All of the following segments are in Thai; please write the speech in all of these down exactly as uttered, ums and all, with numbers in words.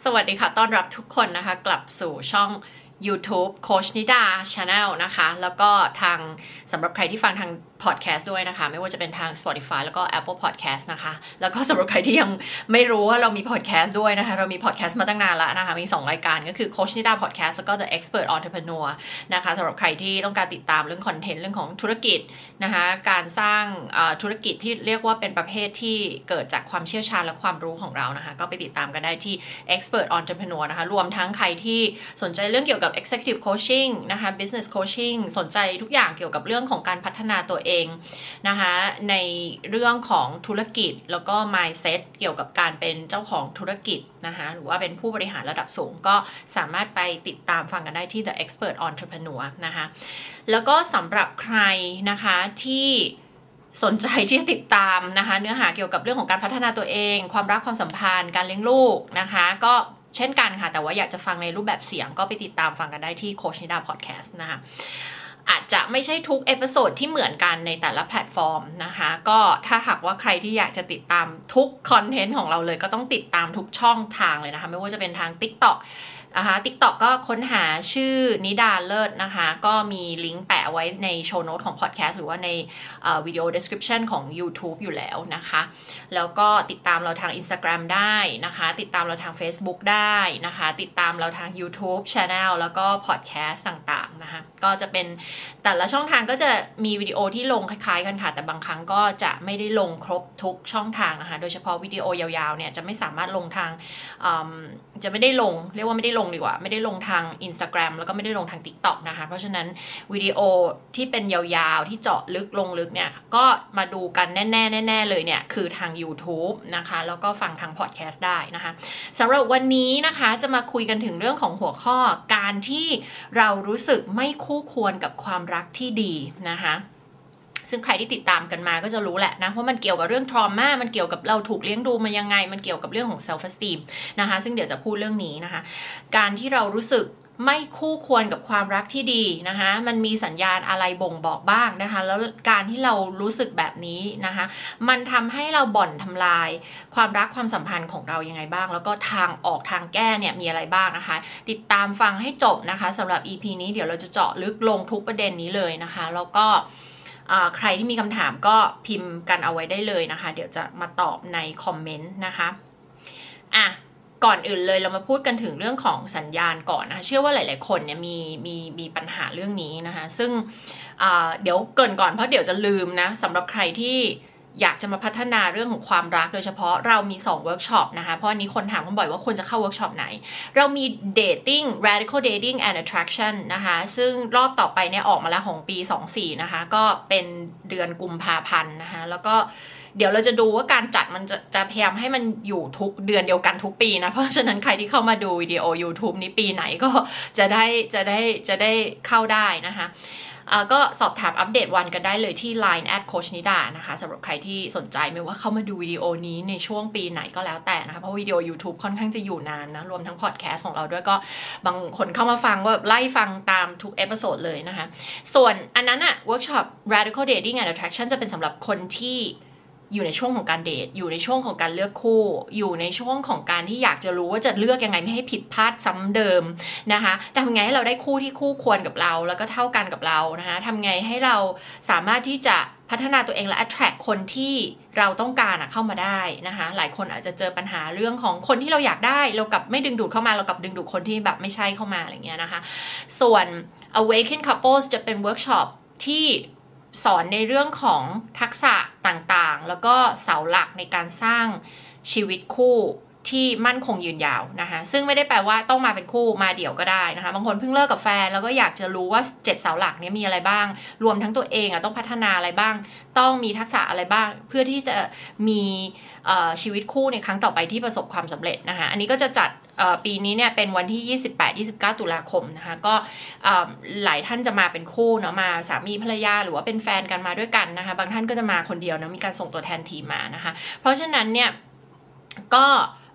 สวัสดีค่ะต้อนรับทุกคนนะคะกลับสู่ช่อง YouTube โคชนิดา Channel นะคะแล้วก็ทางสำหรับใครที่ฟังทางพอดแคสต์ด้วยนะคะไม่ว่าจะเป็นทาง Spotify แล้วก็ Apple Podcast นะคะแล้วก็สำหรับใครที่ยังไม่รู้ว่าเรามีพอดแคสต์ด้วยนะคะเรามีพอดแคสต์มาตั้งนานแล้วนะคะมีสองรายการก็คือ Coach Nida Podcast แล้วก็ The Expert Entrepreneur นะคะสำหรับใครที่ต้องการติดตามเรื่องคอนเทนต์เรื่องของธุรกิจนะคะการสร้างธุรกิจที่เรียกว่าเป็นประเภทที่เกิดจากความเชี่ยวชาญและความรู้ของเรานะคะก็ไปติดตามกันได้ที่ Expert Entrepreneur นะคะรวมทั้งใครที่สนใจเรื่องเกี่ยวกับ Executive Coaching นะคะ Business Coaching สนใจทุกอย่างเกี่ยวกับเรื่องของการพัฒนาตัวเองนะคะในเรื่องของธุรกิจแล้วก็ mindset เกี่ยวกับการเป็นเจ้าของธุรกิจนะคะหรือว่าเป็นผู้บริหารระดับสูงก็สามารถไปติดตามฟังกันได้ที่ The Expert Entrepreneur นะคะแล้วก็สำหรับใครนะคะที่สนใจที่จะติดตามนะคะเนื้อหาเกี่ยวกับเรื่องของการพัฒนาตัวเองความรักความสัมพันธ์การเลี้ยงลูกนะคะก็เช่นกันค่ะแต่ว่าอยากจะฟังในรูปแบบเสียงก็ไปติดตามฟังกันได้ที่ Coach Nida Podcast นะคะอาจจะไม่ใช่ทุกเอพิโซดที่เหมือนกันในแต่ละแพลตฟอร์มนะคะก็ถ้าหากว่าใครที่อยากจะติดตามทุกคอนเทนต์ของเราเลยก็ต้องติดตามทุกช่องทางเลยนะคะไม่ว่าจะเป็นทาง TikTok นะคะ TikTok ก็ค้นหาชื่อนิดาเลิศนะคะก็มีลิงก์แปะไว้ในโชว์โน้ตของพอดแคสต์หรือว่าในวิดีโอ description ของ YouTube อยู่แล้วนะคะแล้วก็ติดตามเราทาง Instagram ได้นะคะติดตามเราทาง Facebook ได้นะคะติดตามเราทาง YouTube Channel แล้วก็พอดแคสต์ต่างๆนะคะก็จะเป็นแต่ละช่องทางก็จะมีวิดีโอที่ลงคล้ายๆกันค่ะแต่บางครั้งก็จะไม่ได้ลงครบทุกช่องทางนะคะโดยเฉพาะวิดีโอยาวๆเนี่ยจะไม่สามารถลงทางจะไม่ได้ลงเรียกว่าไม่ได้ลงดีกว่าไม่ได้ลงทาง Instagram แล้วก็ไม่ได้ลงทาง TikTok นะคะเพราะฉะนั้นวิดีโอที่เป็นยาวๆที่เจาะลึกลงลึกเนี่ยก็มาดูกันแน่ๆแน่ๆเลยเนี่ยคือทาง YouTube นะคะแล้วก็ฟังทางพอดแคสต์ได้นะคะสำหรับวันนี้นะคะจะมาคุยกันถึงเรื่องของหัวข้อการที่เรารู้สึกไม่คู่ควรกับความรักที่ดีนะคะซึ่งใครที่ติดตามกันมาก็จะรู้แหละนะเพราะมันเกี่ยวกับเรื่อง trauma มันเกี่ยวกับเราถูกเลี้ยงดูมายังไงมันเกี่ยวกับเรื่องของ self esteem นะคะซึ่งเดี๋ยวจะพูดเรื่องนี้นะคะการที่เรารู้สึกไม่คู่ควรกับความรักที่ดีนะคะมันมีสัญญาณอะไรบ่งบอกบ้างนะคะแล้วการที่เรารู้สึกแบบนี้นะคะมันทำให้เราบ่อนทำลายความรักความสัมพันธ์ของเรายังไงบ้างแล้วก็ทางออกทางแก้เนี่ยมีอะไรบ้างนะคะติดตามฟังให้จบนะคะสำหรับ อี พี นี้เดี๋ยวเราจะเจาะลึกลงทุกประเด็นนี้เลยนะคะแล้วก็ใครที่มีคำถามก็พิมพ์กันเอาไว้ได้เลยนะคะเดี๋ยวจะมาตอบในคอมเมนต์นะคะอ่ะก่อนอื่นเลยเรามาพูดกันถึงเรื่องของสัญญาณก่อนนะคะเชื่อว่าหลายๆคนเนี่ยมีมีมีปัญหาเรื่องนี้นะคะซึ่งเดี๋ยวเกริ่นก่อนเพราะเดี๋ยวจะลืมนะสำหรับใครที่อยากจะมาพัฒนาเรื่องของความรักโดยเฉพาะเรามีสองเวิร์กช็อปนะคะเพราะอันนี้คนถามกันบ่อยว่าควรจะเข้าเวิร์กช็อปไหนเรามี dating radical dating and attraction นะคะซึ่งรอบต่อไปเนี่ยออกมาแล้วของปีสองพันยี่สิบสี่นะคะก็เป็นเดือนกุมภาพันธ์นะคะแล้วก็เดี๋ยวเราจะดูว่าการจัดมันจะจะพยายามให้มันอยู่ทุกเดือนเดียวกันทุกปีนะเพราะฉะนั้นใครที่เข้ามาดูวิดีโอ YouTube นี้ปีไหนก็จะได้จะได้จะได้เข้าได้นะคะก็สอบถามอัปเดตวันกันได้เลยที่ ไลน์ แอท โคชนิดา นะคะสำหรับใครที่สนใจไม่ว่าเข้ามาดูวิดีโอนี้ในช่วงปีไหนก็แล้วแต่นะคะเพราะวิดีโอ YouTube ค่อนข้างจะอยู่นานนะรวมทั้งพอดแคสต์ของเราด้วยก็บางคนเข้ามาฟังว่าไล่ฟังตามทุกเอพิโซดเลยนะคะส่วนอันนั้นอะเวิร์กช็อป radical dating and attraction จะเป็นสำหรับคนที่อยู่ในช่วงของการเดทอยู่ในช่วงของการเลือกคู่อยู่ในช่วงของการที่อยากจะรู้ว่าจะเลือกยังไงไม่ให้ผิดพลาดซ้ำเดิมนะคะทำไงให้เราได้คู่ที่คู่ควรกับเราแล้วก็เท่ากันกับเรานะคะทำไงให้เราสามารถที่จะพัฒนาตัวเองและ attract คนที่เราต้องการเข้ามาได้นะคะหลายคนอาจจะเจอปัญหาเรื่องของคนที่เราอยากได้เรากลับไม่ดึงดูดเข้ามาเรากลับดึงดูดคนที่แบบไม่ใช่เข้ามาอะไรเงี้ยนะคะส่วน awaken couples จะเป็นเวิร์กช็อปที่สอนในเรื่องของทักษะต่างๆแล้วก็เสาหลักในการสร้างชีวิตคู่ที่มั่นคงยืนยาวนะคะซึ่งไม่ได้แปลว่าต้องมาเป็นคู่มาเดี่ยวก็ได้นะคะบางคนเพิ่งเลิกกับแฟนแล้วก็อยากจะรู้ว่าเจ็ดเสาหลักนี้มีอะไรบ้างรวมทั้งตัวเองอ่ะต้องพัฒนาอะไรบ้างต้องมีทักษะอะไรบ้างเพื่อที่จะมีชีวิตคู่ในครั้งต่อไปที่ประสบความสำเร็จนะคะอันนี้ก็จะจัดปีนี้เนี่ยเป็นวันที่ ยี่สิบแปด ยี่สิบเก้า ตุลาคมนะคะก็หลายท่านจะมาเป็นคู่เนาะมาสามีภรรยาหรือว่าเป็นแฟนกันมาด้วยกันนะคะบางท่านก็จะมาคนเดียวนะมีการส่งตัวแทนทีมมานะคะเพราะฉะนั้นเนี่ยก็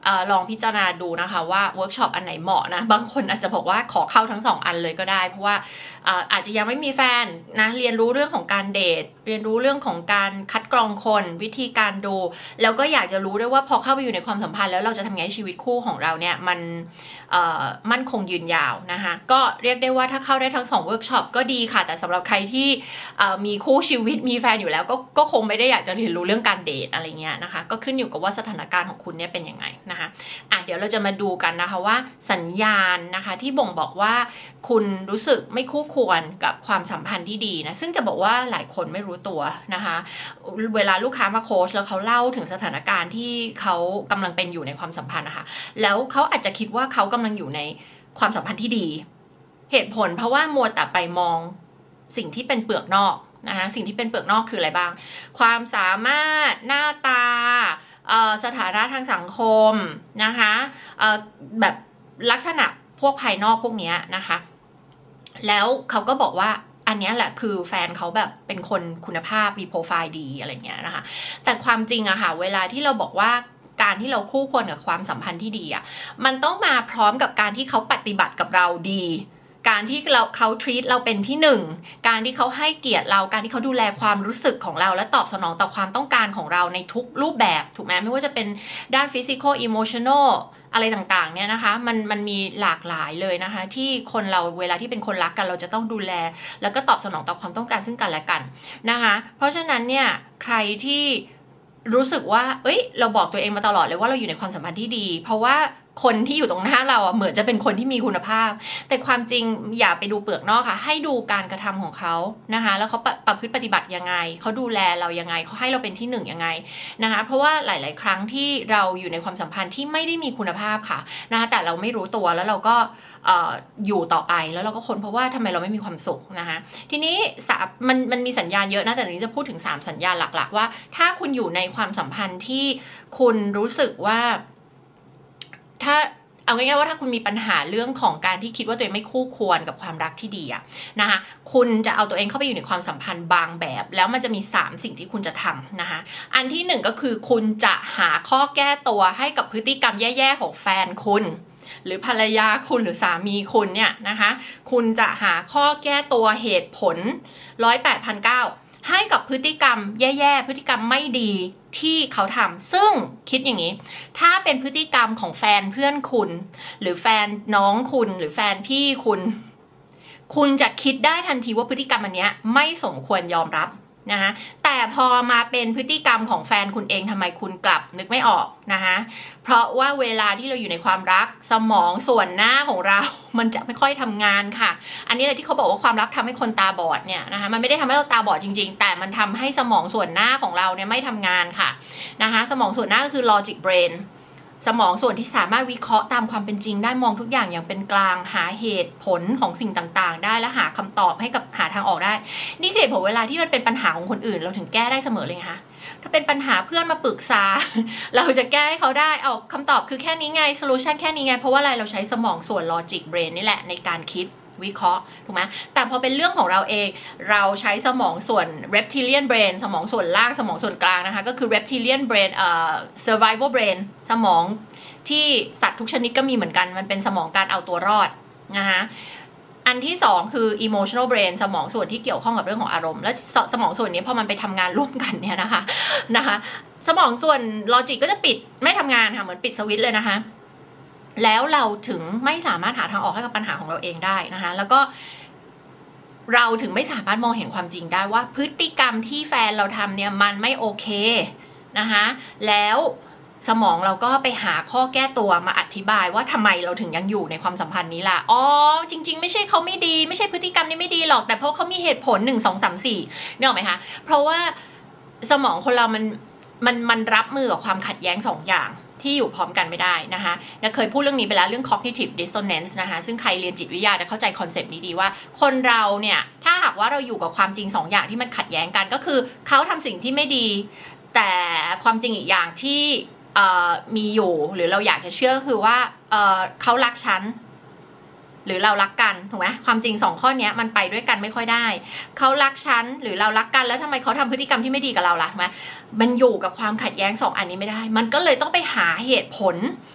เอ่อลองพิจารณาดูนะคะว่าเวิร์กช็อปอันไหนเหมาะนะบางคนอาจจะบอกว่าขอเข้าทั้งสองอันเลยก็ได้เพราะว่าเอ่ออาจจะยังไม่มีแฟนนะเรียนรู้เรื่องของการเดทเรียนรู้เรื่องของการคัดกรองคนวิธีการดูแล้วก็อยากจะรู้ด้วยว่าพอเข้าไปอยู่ในความสัมพันธ์แล้วเราจะทำไงให้ชีวิตคู่ของเราเนี่ยมันเอ่อมั่นคงยืนยาวนะคะก็เรียกได้ว่าถ้าเข้าได้ทั้งสองเวิร์กช็อปก็ดีค่ะแต่สำหรับใครที่เอ่อมีคู่ชีวิตมีแฟนอยู่แล้วก็ก็คงไม่ได้อยากจะเรียนรู้เรื่องการเดทอะไรเงี้ยนะคะก็ขึ้นอยู่กับว่าสถานการณ์ของคุณเนี่ยเป็นยังไงนะคะอ่ะเดี๋ยวเราจะมาดูกันนะคะว่าสัญญาณนะคะที่บ่งบอกว่าคุณรู้สึกไม่คู่ควรกับความสัมพันธ์ที่ดีนะซึ่งจะบอกว่าหลายคนไม่รู้ตัวนะคะเวลาลูกค้ามาโค้ชแล้วเขาเล่าถึงสถานการณ์ที่เขากำลังเป็นอยู่ในความสัมพันธ์นะคะแล้วเขาอาจจะคิดว่าเขากำลังอยู่ในความสัมพันธ์ที่ดีเหตุผลเพราะว่ามัวแต่ไปมองสิ่งที่เป็นเปลือกนอกนะคะสิ่งที่เป็นเปลือกนอกคืออะไรบ้างความสามารถหน้าตาสถานะทางสังคมนะคะแบบลักษณะพวกภายนอกพวกนี้นะคะแล้วเขาก็บอกว่าอันนี้แหละคือแฟนเขาแบบเป็นคนคุณภาพมีโปรไฟล์ดีอะไรเงี้ยนะคะแต่ความจริงอะค่ะเวลาที่เราบอกว่าการที่เราคู่ควรกับความสัมพันธ์ที่ดีอะมันต้องมาพร้อมกับการที่เขาปฏิบัติกับเราดีการที่เราเขา treat เราเป็นที่หนึ่งการที่เขาให้เกียรติเราการที่เขาดูแลความรู้สึกของเราและตอบสนองต่อความต้องการของเราในทุกรูปแบบถูกไหมไม่ว่าจะเป็นด้าน physical emotional อะไรต่างๆเนี่ยนะคะมันมันมีหลากหลายเลยนะคะที่คนเราเวลาที่เป็นคนรักกันเราจะต้องดูแลแล้วก็ตอบสนองต่อความต้องการซึ่งกันและกันนะคะเพราะฉะนั้นเนี่ยใครที่รู้สึกว่าเอ้ยเราบอกตัวเองมาตลอดเลยว่าเราอยู่ในความสัมพันธ์ที่ดีเพราะว่าคนที่อยู่ตรงหน้าเราอ่ะเหมือนจะเป็นคนที่มีคุณภาพแต่ความจริงอย่าไปดูเปลือกนอกค่ะให้ดูการกระทำของเขานะคะแล้วเขาประพฤติปฏิบัติยังไงเขาดูแลเรายังไงเขาให้เราเป็นที่หนึ่งยังไงนะคะเพราะว่าหลายๆครั้งที่เราอยู่ในความสัมพันธ์ที่ไม่ได้มีคุณภาพค่ะนะคะแต่เราไม่รู้ตัวแล้วเราก็เอ่ออยู่ต่อไปแล้วเราก็ค้นเพราะว่าทำไมเราไม่มีความสุขนะคะทีนี้มันมันมีสัญญาณเยอะนะแต่ทีนี้จะพูดถึงสามสัญญาณหลักๆว่าถ้าคุณอยู่ในความสัมพันธ์ที่คุณรู้สึกว่าถ้าเอาง่ายๆว่าถ้าคุณมีปัญหาเรื่องของการที่คิดว่าตัวเองไม่คู่ควรกับความรักที่ดีอะนะคะคุณจะเอาตัวเองเข้าไปอยู่ในความสัมพันธ์บางแบบแล้วมันจะมีสามสิ่งที่คุณจะทำนะคะอันที่หนึ่งก็คือคุณจะหาข้อแก้ตัวให้กับพฤติกรรมแย่ๆของแฟนคุณหรือภรรยาคุณหรือสามีคุณเนี่ยนะคะคุณจะหาข้อแก้ตัวเหตุผลร้อยแปดพันเก้าให้กับพฤติกรรมแย่ๆพฤติกรรมไม่ดีที่เขาทำซึ่งคิดอย่างนี้ถ้าเป็นพฤติกรรมของแฟนเพื่อนคุณหรือแฟนน้องคุณหรือแฟนพี่คุณคุณจะคิดได้ทันทีว่าพฤติกรรมอันนี้ไม่สมควรยอมรับนะคะแต่พอมาเป็นพฤติกรรมของแฟนคุณเองทำไมคุณกลับนึกไม่ออกนะคะเพราะว่าเวลาที่เราอยู่ในความรักสมองส่วนหน้าของเรามันจะไม่ค่อยทำงานค่ะอันนี้เลยที่เขาบอกว่าความรักทำให้คนตาบอดเนี่ยนะคะมันไม่ได้ทำให้เราตาบอดจริงๆแต่มันทำให้สมองส่วนหน้าของเราเนี่ยไม่ทำงานค่ะนะคะสมองส่วนหน้าก็คือ logic brainสมองส่วนที่สามารถวิเคราะห์ตามความเป็นจริงได้มองทุกอย่างอย่างเป็นกลางหาเหตุผลของสิ่งต่างๆได้และหาคำตอบให้กับหาทางออกได้นี่คือเหตุผลเวลาที่มันเป็นปัญหาของคนอื่นเราถึงแก้ได้เสมอเลยนะคะถ้าเป็นปัญหาเพื่อนมาปรึกษา เราจะแก้ให้เขาได้เอาคำตอบคือแค่นี้ไงโซลูชันแค่นี้ไงเพราะว่าอะไรเราใช้สมองส่วน logic brain นี่แหละในการคิดวิเคราะห์ถูกไหมแต่พอเป็นเรื่องของเราเองเราใช้สมองส่วน reptilian brain สมองส่วนล่างสมองส่วนกลางนะคะก็คือ reptilian brain เอ่อ survival brain สมองที่สัตว์ทุกชนิดก็มีเหมือนกันมันเป็นสมองการเอาตัวรอดนะคะอันที่สองคือ emotional brain สมองส่วนที่เกี่ยวข้องกับเรื่องของอารมณ์และสมองส่วนนี้พอมันไปทำงานร่วมกันเนี่ยนะคะนะคะสมองส่วน logic ก็จะปิดไม่ทำงานค่ะเหมือนปิดสวิตช์เลยนะคะแล้วเราถึงไม่สามารถหาทางออกให้กับปัญหาของเราเองได้นะคะแล้วก็เราถึงไม่สามารถมองเห็นความจริงได้ว่าพฤติกรรมที่แฟนเราทำเนี่ยมันไม่โอเคนะคะแล้วสมองเราก็ไปหาข้อแก้ตัวมาอธิบายว่าทำไมเราถึงยังอยู่ในความสัมพันธ์นี้ล่ะอ๋อจริงๆไม่ใช่เขาไม่ดีไม่ใช่พฤติกรรมนี้ไม่ดีหรอกแต่เพราะเขามีเหตุผลหนึ่งสองสามสี่เนี่ยหรอไหมคะเพราะว่าสมองคนเรามันมันมันรับมือกับความขัดแย้งสองอย่างที่อยู่พร้อมกันไม่ได้นะคะและเคยพูดเรื่องนี้ไปแล้วเรื่อง cognitive dissonance นะคะซึ่งใครเรียนจิตวิทยาจะเข้าใจคอนเซปต์นี้ดีว่าคนเราเนี่ยถ้าหากว่าเราอยู่กับความจริงสองอย่างที่มันขัดแย้งกันก็คือเขาทำสิ่งที่ไม่ดีแต่ความจริงอีกอย่างที่มีอยู่หรือเราอยากจะเชื่อคือว่าเอ่อเขารักฉันหรือเรารักกันถูกไหมความจริงสองข้อนี้มันไปด้วยกันไม่ค่อยได้เขารักฉันหรือเรารักกันแล้วทำไมเขาทำพฤติกรรมที่ไม่ดีกับเราล่ะถูกไหมมันอยู่กับความขัดแย้งสองอันนี้ไม่ได้มันก็เลยต้องไปหาเหตุผล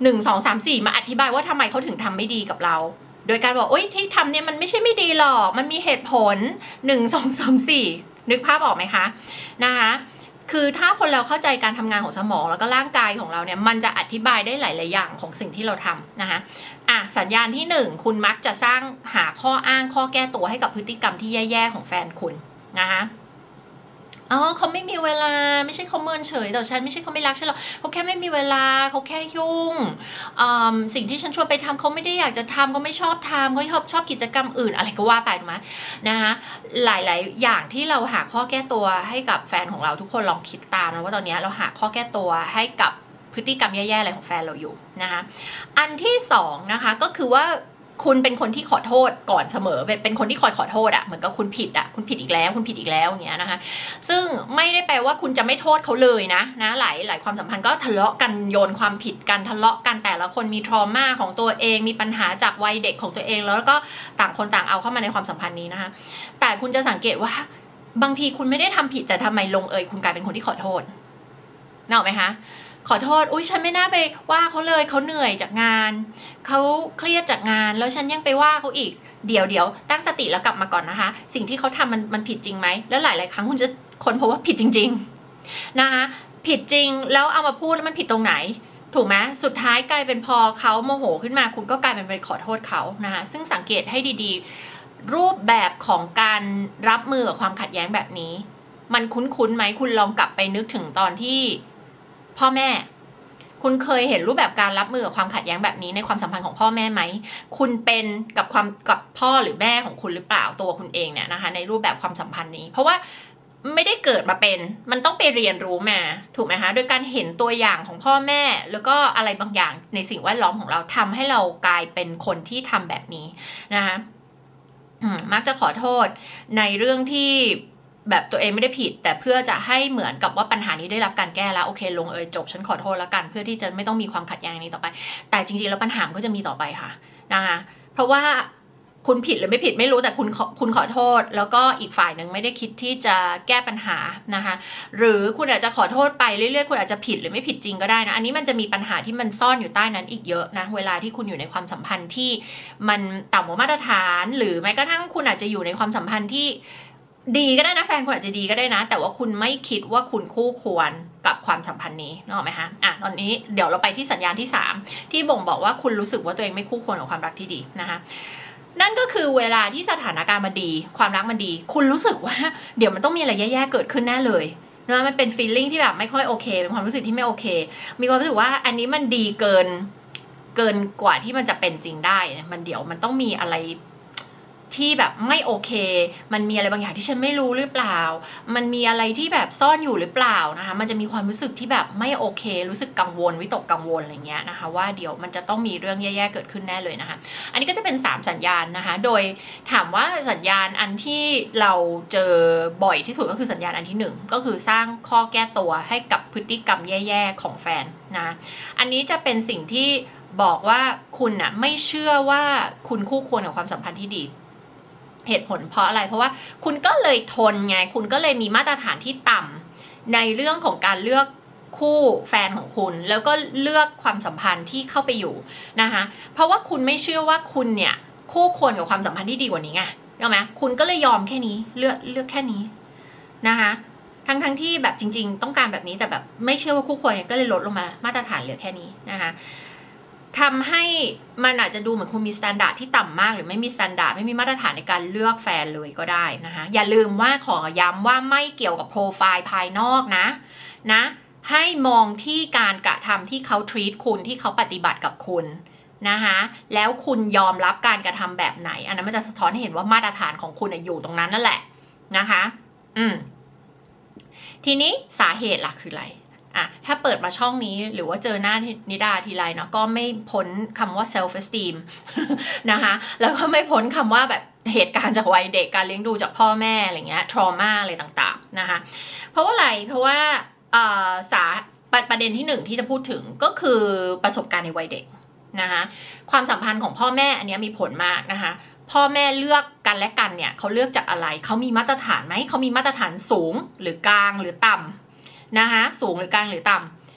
หนึ่ง สอง สาม สี่มาอธิบายว่าทำไมเขาถึงทำไม่ดีกับเราโดยการบอกโอ๊ยที่ทำเนี่ยมันไม่ใช่ไม่ดีหรอกมันมีเหตุผลหนึ่ง สอง สาม สี่นึกภาพออกไหมคะนะคะคือถ้าคนเราเข้าใจการทำงานของสมองแล้วก็ร่างกายของเราเนี่ยมันจะอธิบายได้หลายๆอย่างของสิ่งที่เราทำนะคะอ่ะสัญญาณที่หนึ่งคุณมักจะสร้างหาข้ออ้างข้อแก้ตัวให้กับพฤติกรรมที่แย่ๆของแฟนคุณนะคะอ๋อเขาไม่มีเวลาไม่ใช่เขาเมินเฉยแต่ฉันไม่ใช่เขาไม่รักฉันหรอกเขาแค่ไม่มีเวลาเขาแค่ยุ่งสิ่งที่ฉันชวนไปทำเขาไม่ได้อยากจะทำเขาไม่ชอบทำเขาชอบชอบกิจกรรมอื่นอะไรก็ว่าไปถูกไหมนะคะหลายๆอย่างที่เราหาข้อแก้ตัวให้กับแฟนของเราทุกคนลองคิดตามนะว่าตอนนี้เราหาข้อแก้ตัวให้กับพฤติกรรมแย่ๆอะไรของแฟนเราอยู่นะคะอันที่สองนะคะก็คือว่าคุณเป็นคนที่ขอโทษก่อนเสมอเป็นเป็นคนที่คอยขอโทษอะเหมือนกับคุณผิดอะคุณผิดอีกแล้วคุณผิดอีกแล้วอย่างเงี้ยนะคะซึ่งไม่ได้แปลว่าคุณจะไม่โทษเขาเลยนะนะหลายหลายความสัมพันธ์ก็ทะเลาะกันโยนความผิดกันทะเลาะกันแต่ละคนมีทรมาของตัวเองมีปัญหาจากวัยเด็กของตัวเองแล้วก็ต่างคนต่างเอาเข้ามาในความสัมพันธ์นี้นะคะแต่คุณจะสังเกตว่าบางทีคุณไม่ได้ทำผิดแต่ทำไมลงเอยคุณกลายเป็นคนที่ขอโทษนึกออกไหมคะขอโทษอุ้ยฉันไม่น่าไปว่าเขาเลยเขาเหนื่อยจากงานเขาเครียดจากงานแล้วฉันยังไปว่าเขาอีกเดี๋ยวเดี๋ยวตั้งสติแล้วกลับมาก่อนนะคะสิ่งที่เขาทำมันมันผิดจริงไหมแล้วหลายๆครั้งคุณจะค้นพบว่าผิดจริงๆนะคะผิดจริงแล้วเอามาพูดแล้วมันผิดตรงไหนถูกไหมสุดท้ายกลายเป็นพอเขาโมโหขึ้นมาคุณก็กลายเป็นไปขอโทษเขานะคะซึ่งสังเกตให้ดีๆรูปแบบของการรับมือกับความขัดแย้งแบบนี้มันคุ้นๆไหมคุณลองกลับไปนึกถึงตอนที่พ่อแม่คุณเคยเห็นรูปแบบการรับมือกับความขัดแย้งแบบนี้ในความสัมพันธ์ของพ่อแม่ไหมคุณเป็นกับความกับพ่อหรือแม่ของคุณหรือเปล่าตัวคุณเองเนี่ยนะคะในรูปแบบความสัมพันธ์นี้เพราะว่าไม่ได้เกิดมาเป็นมันต้องไปเรียนรู้มาถูกไหมคะโดยการเห็นตัวอย่างของพ่อแม่แล้วก็อะไรบางอย่างในสิ่งแวดล้อมของเราทำให้เรากลายเป็นคนที่ทำแบบนี้นะคะมักจะขอโทษในเรื่องที่แบบตัวเองไม่ได้ผิดแต่เพื่อจะให้เหมือนกับว่าปัญหานี้ได้รับการแก้แล้วโอเคลงเอยจบฉันขอโทษแล้วกันเพื่อที่จะไม่ต้องมีความขัดแย้งนี้ต่อไปแต่จริงๆแล้วปัญหาก็จะมีต่อไปค่ะนะคะเพราะว่าคุณผิดหรือไม่ผิดไม่รู้แต่คุณคุณขอโทษแล้วก็อีกฝ่ายหนึ่งไม่ได้คิดที่จะแก้ปัญหานะคะหรือคุณอาจจะขอโทษไปเรื่อยๆคุณอาจจะผิดหรือไม่ผิดจริงก็ได้นะอันนี้มันจะมีปัญหาที่มันซ่อนอยู่ใต้นั้นอีกเยอะนะเวลาที่คุณอยู่ในความสัมพันธ์ที่มันต่ำกว่ามาตรฐานหรือแม้กระทั่งคุณอาจจะอยู่ในความสัมพันธ์ที่ดีก็ได้นะแฟนคุณอาจจะดีก็ได้นะแต่ว่าคุณไม่คิดว่าคุณคู่ควรกับความสัมพันธ์นี้นึกออกไหมคะอ่ะตอนนี้เดี๋ยวเราไปที่สัญญาณที่สามที่บ่งบอกว่าคุณรู้สึกว่าตัวเองไม่คู่ควรกับความรักที่ดีนะคะนั่นก็คือเวลาที่สถานการณ์มันดีความรักมันดีคุณรู้สึกว่าเดี๋ยวมันต้องมีอะไรแย่ๆเกิดขึ้นแน่เลยนะมันเป็น feeling ที่แบบไม่ค่อยโอเคเป็นความรู้สึกที่ไม่โอเคมีความรู้สึกว่าอันนี้มันดีเกินเกินกว่าที่มันจะเป็นจริงได้มันเดี๋ยวมันต้องมีอะไรที่แบบไม่โอเคมันมีอะไรบางอย่างที่ฉันไม่รู้หรือเปล่ามันมีอะไรที่แบบซ่อนอยู่หรือเปล่านะคะมันจะมีความรู้สึกที่แบบไม่โอเครู้สึกกังวลวิตกกังวลอะไรเงี้ยนะคะว่าเดี๋ยวมันจะต้องมีเรื่องแย่ๆเกิดขึ้นแน่เลยนะคะอันนี้ก็จะเป็นสามสัญญาณนะคะโดยถามว่าสัญญาณอันที่เราเจอบ่อยที่สุดก็คือสัญญาณอันที่หนึ่งก็คือสร้างข้อแก้ตัวให้กับพฤติกรรมแย่ๆของแฟนนะอันนี้จะเป็นสิ่งที่บอกว่าคุณน่ะไม่เชื่อว่าคุณคู่ควรกับความสัมพันธ์ที่ดีเหตุผลเพราะอะไรเพราะว่าคุณก็เลยทนไงคุณก็เลยมีมาตรฐานที่ต่ำในเรื่องของการเลือกคู่แฟนของคุณแล้วก็เลือกความสัมพันธ์ที่เข้าไปอยู่นะคะเพราะว่าคุณไม่เชื่อว่าคุณเนี่ยคู่ควรกับความสัมพันธ์ที่ดีกว่านี้ไงรู้ไหมคุณก็เลยยอมแค่นี้เลือกเลือกแค่นี้นะคะทั้งทั้งที่แบบจริงๆต้องการแบบนี้แต่แบบไม่เชื่อว่าคู่ควรก็เลยลดลงมามาตรฐานเหลือแค่นี้นะคะทำให้มันอาจจะดูเหมือนคุณมีมาตรฐานที่ต่ำมากหรือไม่มีมาตรฐานไม่มีมาตรฐานในการเลือกแฟนเลยก็ได้นะคะอย่าลืมว่าขอย้ำว่าไม่เกี่ยวกับโปรไฟล์ภายนอกนะนะให้มองที่การกระทำที่เขา treat คุณที่เขาปฏิบัติกับคุณนะคะแล้วคุณยอมรับการกระทำแบบไหนอันนั้นมันจะสะท้อนให้เห็นว่ามาตรฐานของคุณอยู่ตรงนั้นนั่นแหละนะคะอืมทีนี้สาเหตุล่ะคืออะไรอ่ะถ้าเปิดมาช่องนี้หรือว่าเจอหน้านิดาทีไรเนาะก็ไม่พ้นคำว่า self esteem นะคะแล้วก็ไม่พ้นคำว่าแบบเหตุการณ์จากวัยเด็กการเลี้ยงดูจากพ่อแม่อะไรเงี้ย trauma อะไรต่างๆนะคะเพราะว่าอะไรเพราะว่าอ่าสาประเด็นที่หนึ่งที่จะพูดถึงก็คือประสบการณ์ในวัยเด็กนะคะความสัมพันธ์ของพ่อแม่อันนี้มีผลมากนะคะพ่อแม่เลือกกันและกันเนี่ยเขาเลือกจากอะไรเขามีมาตรฐานไหมเขามีมาตรฐานสูงหรือกลางหรือต่ำนะคะสูงหรือกลางหรือต่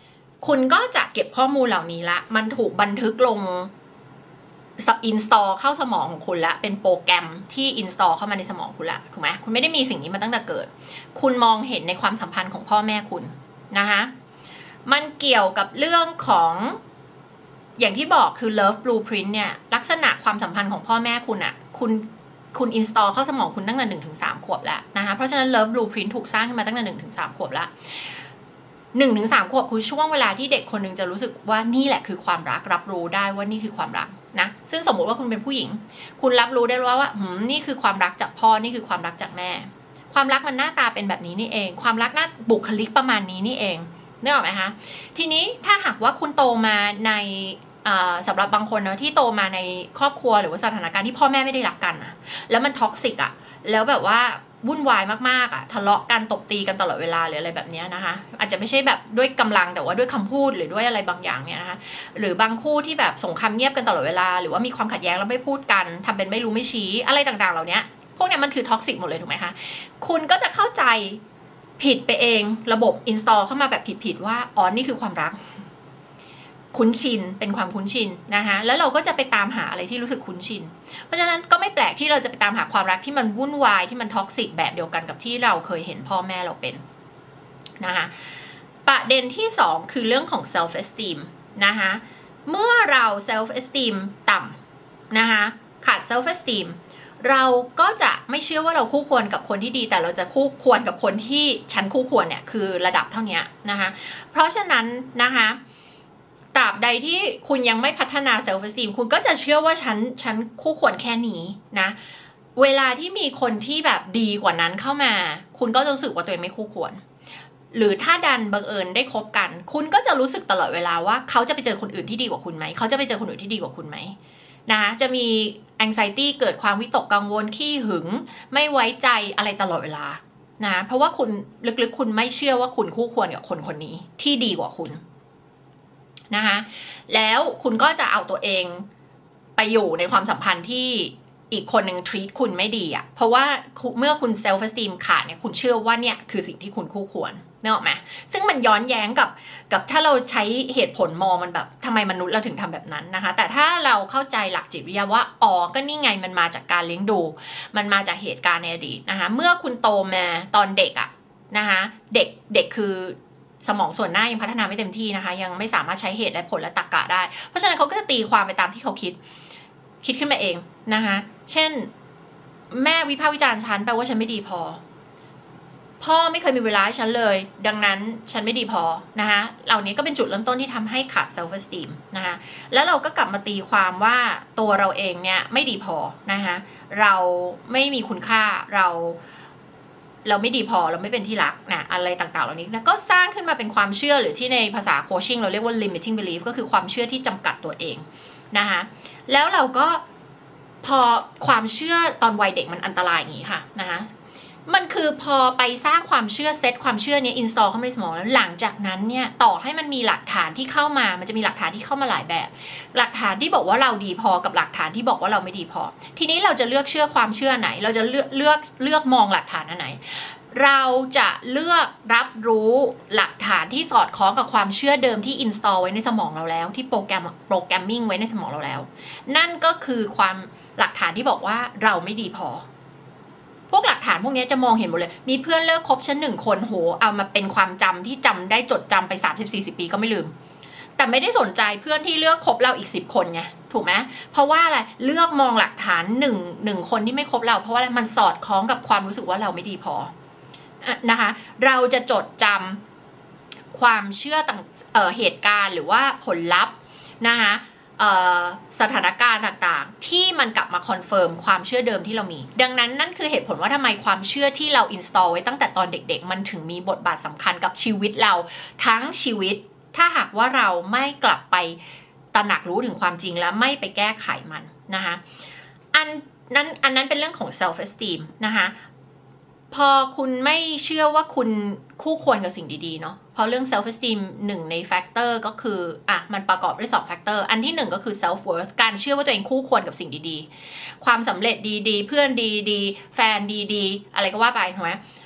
คุณก็จะเก็บข้อมูลเหล่านี้ละมันถูกบันทึกลงอินสตอลเข้าสมองของคุณละเป็นโปรแกรมที่อินสตอลเข้ามาในสมองคุณละถูกไหมคุณไม่ได้มีสิ่งนี้มาตั้งแต่เกิดคุณมองเห็นในความสัมพันธ์ของพ่อแม่คุณนะคะมันเกี่ยวกับเรื่องของอย่างที่บอกคือ love blueprint เนี่ยลักษณะความสัมพันธ์ของพ่อแม่คุณอะคุณคุณอินสตอลเข้าสมองคุณตั้งแต่หนึ่งถึงสามขวบแล้วนะคะเพราะฉะนั้น love blueprint ถูกสร้างขึ้นมาตั้งแต่หนึ่งถึงสามขวบแล้วหนึ่งถึงสามขวบคือช่วงเวลาที่เด็กคนนึงจะรู้สึกว่านี่แหละคือความรักรับรู้ได้ว่านี่คือความรักนะซึ่งสมมุติว่าคุณเป็นผู้หญิงคุณรับรู้ได้ว่าว่าหืมนี่คือความรักจากพ่อนี่คือความรักจากแม่ความรักมันหน้าตาเป็นแบบนี้นี่เองความรักหน้าบุคลิกประมาณนี้นี่เองนึกออกไหมคะทีนี้ถ้าหากว่าคุณโตมาในสำหรับบางคนนะที่โตมาในครอบครัวหรือว่าสถานการณ์ที่พ่อแม่ไม่ได้รักกันนะแล้วมันท็อกซิกอ่ะแล้วแบบว่าวุ่นวายมากๆอ่ะทะเลาะกันตบตีกันตลอดเวลาหรืออะไรแบบนี้นะคะอาจจะไม่ใช่แบบด้วยกำลังแต่ว่าด้วยคำพูดหรือด้วยอะไรบางอย่างเนี่ยนะคะหรือบางคู่ที่แบบสงครามเงียบกันตลอดเวลาหรือว่ามีความขัดแย้งแล้วไม่พูดกันทำเป็นไม่รู้ไม่ชี้อะไรต่างๆเหล่านี้พวกนี้มันคือท็อกซิกหมดเลยถูกไหมคะคุณก็จะเข้าใจผิดไปเองระบบอินสตอลเข้ามาแบบผิดๆว่าอ๋อนี่คือความรักคุ้นชินเป็นความคุ้นชินนะคะแล้วเราก็จะไปตามหาอะไรที่รู้สึกคุ้นชินเพราะฉะนั้นก็ไม่แปลกที่เราจะไปตามหาความรักที่มันวุ่นวายที่มันท็อกซิกแบบเดียวกันกับที่เราเคยเห็นพ่อแม่เราเป็นนะคะประเด็นที่สองคือเรื่องของ self esteem นะคะเมื่อเรา self esteem ต่ำนะคะขาด self esteem เราก็จะไม่เชื่อว่าเราคู่ควรกับคนที่ดีแต่เราจะคู่ควรกับคนที่ฉันคู่ควรเนี่ยคือระดับเท่านี้นะคะเพราะฉะนั้นนะคะตราบใดที่คุณยังไม่พัฒนาเซลฟ์เอสตีมคุณก็จะเชื่อว่าฉันฉันคู่ควรแค่นี้นะเวลาที่มีคนที่แบบดีกว่านั้นเข้ามาคุณก็จะรู้สึกว่าตัวเองไม่คู่ควรหรือถ้าดันบังเอิญได้คบกันคุณก็จะรู้สึกตลอดเวลาว่าเขาจะไปเจอคนอื่นที่ดีกว่าคุณไหมเขาจะไปเจอคนอื่นที่ดีกว่าคุณไหมนะจะมี anxiety เกิดความวิตกกังวลขี้หึงไม่ไว้ใจอะไรตลอดเวลานะเพราะว่าคุณลึกๆคุณไม่เชื่อว่าคุณคู่ควรกับคนคนนี้ที่ดีกว่าคุณนะคะแล้วคุณก็จะเอาตัวเองไปอยู่ในความสัมพันธ์ที่อีกคนหนึ่ง treat คุณไม่ดีอ่ะเพราะว่าเมื่อคุณ self esteem ขาดเนี่ยคุณเชื่อว่าเนี่ยคือสิ่งที่คุณคู่ควรนึกออกไหมซึ่งมันย้อนแย้งกับกับถ้าเราใช้เหตุผลมองมันแบบทำไมมนุษย์เราถึงทำแบบนั้นนะคะแต่ถ้าเราเข้าใจหลักจิตวิทยาว่าอ๋อก็นี่ไงมันมาจากการเลี้ยงดูมันมาจากเหตุการณ์ในอดีตนะคะเมื่อคุณโตมาตอนเด็กอ่ะนะคะเด็กเด็กคือสมองส่วนหน้ายังพัฒนาไม่เต็มที่นะคะยังไม่สามารถใช้เหตุและผลและตรรกะได้เพราะฉะนั้นเขาก็จะตีความไปตามที่เขาคิดคิดขึ้นมาเองนะคะเช่นแม่วิพากษ์วิจารณ์ฉันแปลว่าฉันไม่ดีพอพ่อไม่เคยมีเวลาให้ฉันเลยดังนั้นฉันไม่ดีพอนะคะเหล่านี้ก็เป็นจุดเริ่มต้นที่ทำให้ขาด self esteem นะคะแล้วเราก็กลับมาตีความว่าตัวเราเองเนี่ยไม่ดีพอนะคะเราไม่มีคุณค่าเราเราไม่ดีพอเราไม่เป็นที่รักนะอะไรต่างๆเหล่านี้นะก็สร้างขึ้นมาเป็นความเชื่อหรือที่ในภาษาโคชชิ่งเราเรียกว่า limiting belief ก็คือความเชื่อที่จำกัดตัวเองนะคะแล้วเราก็พอความเชื่อตอนวัยเด็กมันอันตรายอย่างนี้ค่ะนะคะมันคือพอไปสร้างความเชื่อเซตความเชื่อนี้อินสตอลเข้ามาในสมองแล้วหลังจากนั้นเนี่ยต่อให้มันมีหลักฐานที่เข้ามามันจะมีหลักฐานที่เข้ามาหลายแบบหลักฐานที่บอกว่าเราดีพอกับหลักฐานที่บอกว่าเราไม่ดีพอทีนี้เราจะเลือกเชื่อความเชื่อไหนเราจะเลือกเลือกเลือกมองหลักฐานอันไหนเราจะเลือกรับรู้หลักฐานที่สอดคล้องกับความเชื่อเดิมที่อินสตอลไว้ในสมองเราแล้วที่โปรแกรมโปรแกรมมิ่งไว้ในสมองเราแล้วนั่นก็คือความหลักฐานที่บอกว่าเราไม่ดีพอพวกหลักฐานพวกนี้จะมองเห็นหมดเลยมีเพื่อนเลิกคบฉันหนึ่งคนโหเอามาเป็นความจำที่จำได้จดจำไป สามสิบสี่สิบ ปีก็ไม่ลืมแต่ไม่ได้สนใจเพื่อนที่เลือกคบเราอีกสิบคนไงถูกไหมเพราะว่าอะไรเลือกมองหลักฐานหนึ่งหนึ่งคนที่ไม่คบเราเพราะว่าอะไรมันสอดคล้องกับความรู้สึกว่าเราไม่ดีพอนะคะเราจะจดจำความเชื่อต่างเอ่อเหตุการณ์หรือว่าผลลัพธ์นะคะสถานการณ์ต่างๆที่มันกลับมาคอนเฟิร์มความเชื่อเดิมที่เรามีดังนั้นนั่นคือเหตุผลว่าทำไมความเชื่อที่เราอินสตอลไว้ตั้งแต่ตอนเด็กๆมันถึงมีบทบาทสำคัญกับชีวิตเราทั้งชีวิตถ้าหากว่าเราไม่กลับไปตระหนักรู้ถึงความจริงและไม่ไปแก้ไขมันนะคะอันนั้นอันนั้นเป็นเรื่องของ self esteem นะคะพอคุณไม่เชื่อว่าคุณคู่ควรกับสิ่งดีๆเนาะเพราะเรื่อง self esteem หนึ่งในแฟกเตอร์ก็คืออ่ะมันประกอบด้วยสองแฟกเตอร์อันที่หนึ่งก็คือ self worth การเชื่อว่าตัวเองคู่ควรกับสิ่งดีๆความสำเร็จดีๆเพื่อนดีๆแฟนดีๆอะไรก็ว่าไปถูกไหม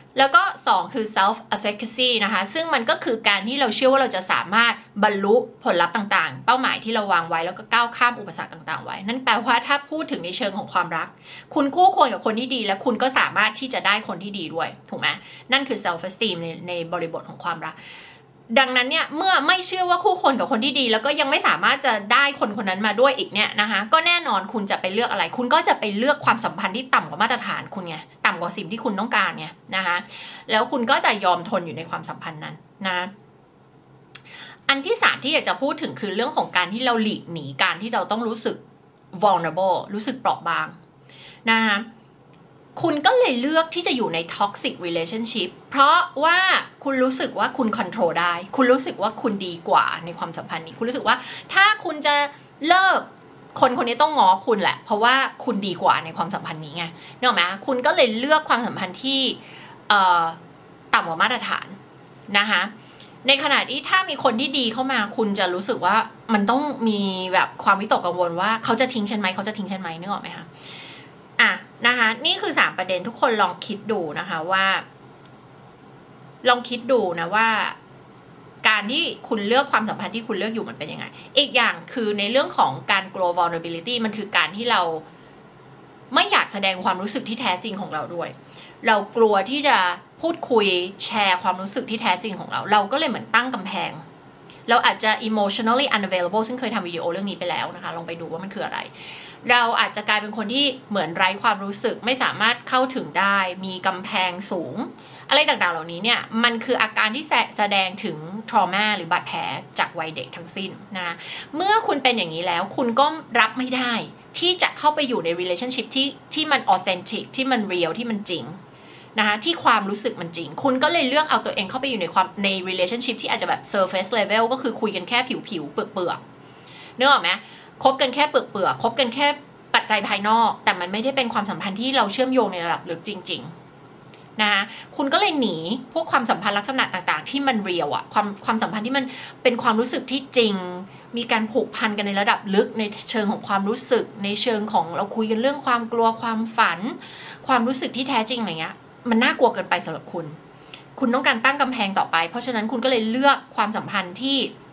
แล้วก็สองคือ self efficacy นะคะซึ่งมันก็คือการที่เราเชื่อว่าเราจะสามารถบรรลุผลลัพธ์ต่างๆเป้าหมายที่เราวางไว้แล้วก็ก้าวข้ามอุปสรรคต่างๆไว้นั่นแปลว่าถ้าพูดถึงในเชิงของความรักคุณคู่ควรกับคนที่ดีและคุณก็สามารถที่จะได้คนที่ดีด้วยถูกไหมนั่นคือ self esteem ในในบริบทของความรักดังนั้นเนี่ยเมื่อไม่เชื่อว่าคู่ควรกับคนที่ดีแล้วก็ยังไม่สามารถจะได้คนคนนั้นมาด้วยอีกเนี่ยนะคะก็แน่นอนคุณจะไปเลือกอะไรคุณก็จะไปเลือกความสัมพันธ์ที่ต่ำกว่ามาตรฐานคุณไงต่ำกว่าสิ่งที่คุณต้องการไงนะคะแล้วคุณก็จะยอมทนอยู่ในความสัมพันธ์นั้นนะอันที่สามที่อยากจะพูดถึงคือเรื่องของการที่เราหลีกหนีการที่เราต้องรู้สึก vulnerable รู้สึกเปราะบางนะคะคุณก็เลยเลือกที่จะอยู่ใน toxic relationship เพราะว่าคุณรู้สึกว่าคุณ control ได้คุณรู้สึกว่าคุณดีกว่าในความสัมพันธ์นี้คุณรู้สึกว่าถ้าคุณจะเลิกคนคนนี้ต้องง้อคุณแหละเพราะว่าคุณดีกว่าในความสัมพันธ์นี้ไงนึกออกไหมคุณก็เลยเลือกความสัมพันธ์ที่เอ่อต่ำกว่ามาตรฐานนะคะในขณะที่ถ้ามีคนที่ดีเข้ามาคุณจะรู้สึกว่ามันต้องมีแบบความวิตกกังวลว่าเขาจะทิ้งฉันไหมเขาจะทิ้งฉันไหมนึกออกไหมคะอ่ะนะคะนี่คือสามประเด็นทุกคนลองคิดดูนะคะว่าลองคิดดูนะว่าการที่คุณเลือกความสัมพันธ์ที่คุณเลือกอยู่มันเป็นยังไงอีกอย่างคือในเรื่องของการกลัว vulnerability มันคือการที่เราไม่อยากแสดงความรู้สึกที่แท้จริงของเราด้วยเรากลัวที่จะพูดคุยแชร์ความรู้สึกที่แท้จริงของเราเราก็เลยเหมือนตั้งกำแพงเราอาจจะ emotionally unavailable ซึ่งเคยทำวิดีโอเรื่องนี้ไปแล้วนะคะลองไปดูว่ามันคืออะไรเราอาจจะกลายเป็นคนที่เหมือนไร้ความรู้สึกไม่สามารถเข้าถึงได้มีกำแพงสูงอะไรต่างๆเหล่านี้เนี่ยมันคืออาการที่แสดงถึง trauma หรือบาดแผลจากวัยเด็กทั้งสิ้นนะเมื่อคุณเป็นอย่างนี้แล้วคุณก็รับไม่ได้ที่จะเข้าไปอยู่ใน relationship ที่ที่มัน authentic ที่มัน real ที่มันจริงนะคะที่ความรู้สึกมันจริงคุณก็เลยเลือกเอาตัวเองเข้าไปอยู่ในความใน relationship ที่อาจจะแบบ surface level ก็คือคุยกันแค่ผิวๆเปลือกๆนึกออกไหมคบกันแค่เปลือกๆคบกันแค่ปัจจัยภายนอกแต่มันไม่ได้เป็นความสัมพันธ์ที่เราเชื่อมโยงในระดับลึกจริงๆนะคะคุณก็เลยหนีพวกความสัมพันธ์ลักษณะต่างๆที่มันเรียลอะความความสัมพันธ์ที่มันเป็นความรู้สึกที่จริงมีการผูกพันกันในระดับลึกในเชิงของความรู้สึกในเชิงของเราคุยกันเรื่องความกลัวความฝันความรู้สึกที่แท้จริงอะไรเงี้ยมันน่ากลัวเกินไปสำหรับคุณคุณต้องการตั้งกำแพงต่อไปเพราะฉะนั้นคุณก็เลยเลือกความสัมพันธ์ที่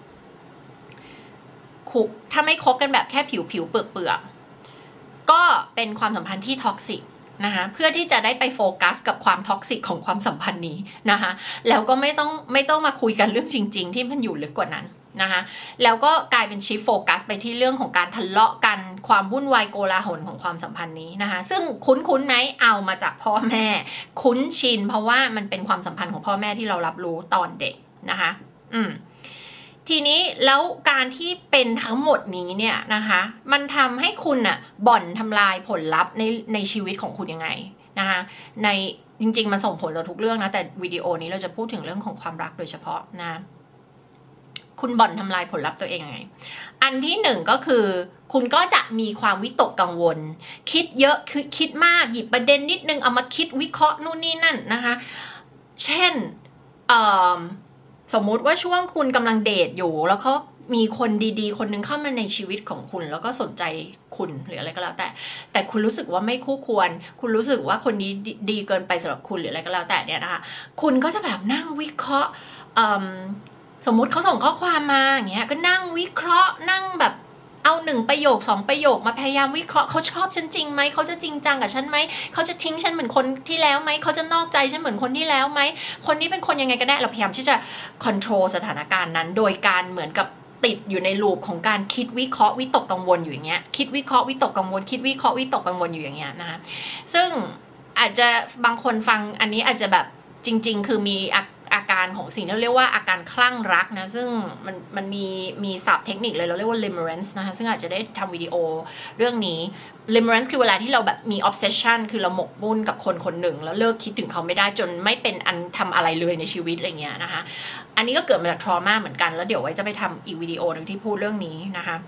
ถ้าไม่คบกันแบบแค่ผิวผิวเปลือกเปลือกก็เป็นความสัมพันธ์ที่ท็อกซิกนะคะเพื่อที่จะได้ไปโฟกัสกับความท็อกซิกของความสัมพันธ์นี้นะคะแล้วก็ไม่ต้องไม่ต้องมาคุยกันเรื่องจริงๆที่มันอยู่ลึกกว่านั้นนะคะแล้วก็กลายเป็นชิฟโฟกัสไปที่เรื่องของการทะเลาะกันความวุ่นวายโกลาหลของความสัมพันธ์นี้นะคะซึ่งคุ้นๆไหมเอามาจากพ่อแม่คุ้นชินเพราะว่ามันเป็นความสัมพันธ์ของพ่อแม่ที่เรารับรู้ตอนเด็กนะคะอืมทีนี้แล้วการที่เป็นทั้งหมดนี้เนี่ยนะคะมันทำให้คุณน่ะบ่อนทำลายผลลัพธ์ในในชีวิตของคุณยังไงนะคะในจริงๆมันส่งผลต่อทุกเรื่องนะแต่วิดีโอนี้เราจะพูดถึงเรื่องของความรักโดยเฉพาะนะคุณบ่อนทำลายผลลัพธ์ตัวเองยังไงอันที่หนึ่งก็คือคุณก็จะมีความวิตกกังวลคิดเยอะคือคิดมากหยิบประเด็นนิดนึงเอามาคิดวิเคราะห์นู่นนี่นั่นนะคะเช่นเอ่อสมมุติว่าช่วงคุณกำลังเดทอยู่แล้วเขามีคนดีๆคนนึงเข้ามาในชีวิตของคุณแล้วก็สนใจคุณหรืออะไรก็แล้วแต่แต่คุณรู้สึกว่าไม่คู่ควรคุณรู้สึกว่าคนนี้ดีเกินไปสำหรับคุณหรืออะไรก็แล้วแต่เนี่ยนะคะคุณก็จะแบบนั่งวิเคราะห์สมมุติเขาส่งข้อความมาอย่างเงี้ยก็นั่งวิเคราะห์นั่งแบบเอาหนึ่งประโยคสองประโยคมาพยายามวิเคราะห์เขาชอบฉันจริงไหมเขาจะจริงจังกับฉันไหมเขาจะทิ้งฉันเหมือนคนที่แล้วไหมเขาจะนอกใจฉันเหมือนคนที่แล้วไหมคนนี้เป็นคนยังไงก็ได้เราพยายามที่จะควบคุมสถานการณ์นั้นโดยการเหมือนกับติดอยู่ในลูปของการคิดวิเคราะห์วิตกกังวลอยู่อย่างเงี้ยคิดวิเคราะห์วิตกกังวลคิดวิเคราะห์วิตกกังวลอยู่อย่างเงี้ยนะคะซึ่งอาจจะบางคนฟังอันนี้อาจจะแบบจริงๆคือมีอาการของสิ่งที่เรียกว่าอาการคลั่งรักนะซึ่งมันมันมีมีศัพท์เทคนิคเลยเราเรียกว่า limerence นะคะซึ่งอาจจะได้ทำวิดีโอเรื่องนี้ limerence คือเวลาที่เราแบบมี obsession คือเราหมกมุ่นกับคนคนหนึ่งแล้วเลิกคิดถึงเขาไม่ได้จนไม่เป็นอันทำอะไรเลยในชีวิตอะไรเงี้ยนะคะอันนี้ก็เกิดมาจาก trauma เหมือนกันแล้วเดี๋ยวไว้จะไปทำอีกวิดีโอนึงที่พูดเรื่องนี้นะคะ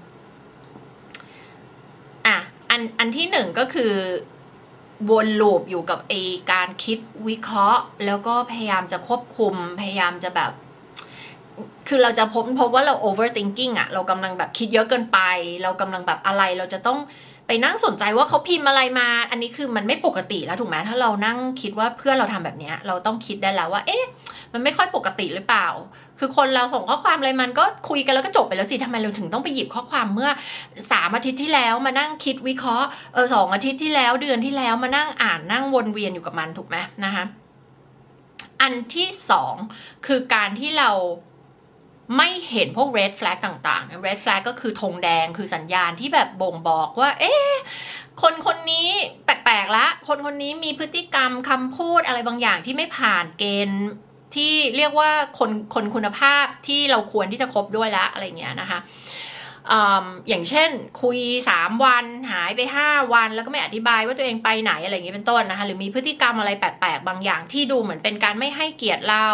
อ่ะอันอันที่หนึ่งก็คือวนลูปอยู่กับไอการคิดวิเคราะห์แล้วก็พยายามจะควบคุมพยายามจะแบบคือเราจะพบพบว่าเรา overthinking อ่ะเรากำลังแบบคิดเยอะเกินไปเรากำลังแบบอะไรเราจะต้องไปนั่งสนใจว่าเขาพิมพ์อะไรมาอันนี้คือมันไม่ปกติแล้วถูกไหมถ้าเรานั่งคิดว่าเพื่อนเราทำแบบนี้เราต้องคิดได้แล้วว่าเอ๊ะมันไม่ค่อยปกติหรือเปล่าคือคนเราส่งข้อความอะไรมันก็คุยกันแล้วก็จบไปแล้วสิทำไมเราถึงต้องไปหยิบข้อความเมื่อสามอาทิตย์ที่แล้วมานั่งคิดวิเคราะห์เออสองอาทิตย์ที่แล้วเดือนที่แล้วมานั่งอ่านนั่งวนเวียนอยู่กับมันถูกไหมนะคะอันที่สองคือการที่เราไม่เห็นพวก red flag ต่างๆ red flag ก็คือธงแดงคือสัญญาณที่แบบบ่งบอกว่าเอ๊ะคนคนนี้แปลกๆละคนคนนี้มีพฤติกรรมคำพูดอะไรบางอย่างที่ไม่ผ่านเกณฑ์ที่เรียกว่าคนคนคุณภาพที่เราควรที่จะคบด้วยละอะไรเงี้ยนะคะอ่าอย่างเช่นคุยสามวันหายไปห้าวันแล้วก็ไม่อธิบายว่าตัวเองไปไหนอะไรอย่างนี้เป็นต้นนะคะหรือมีพฤติกรรมอะไรแปลกๆบางอย่างที่ดูเหมือนเป็นการไม่ให้เกียรติเรา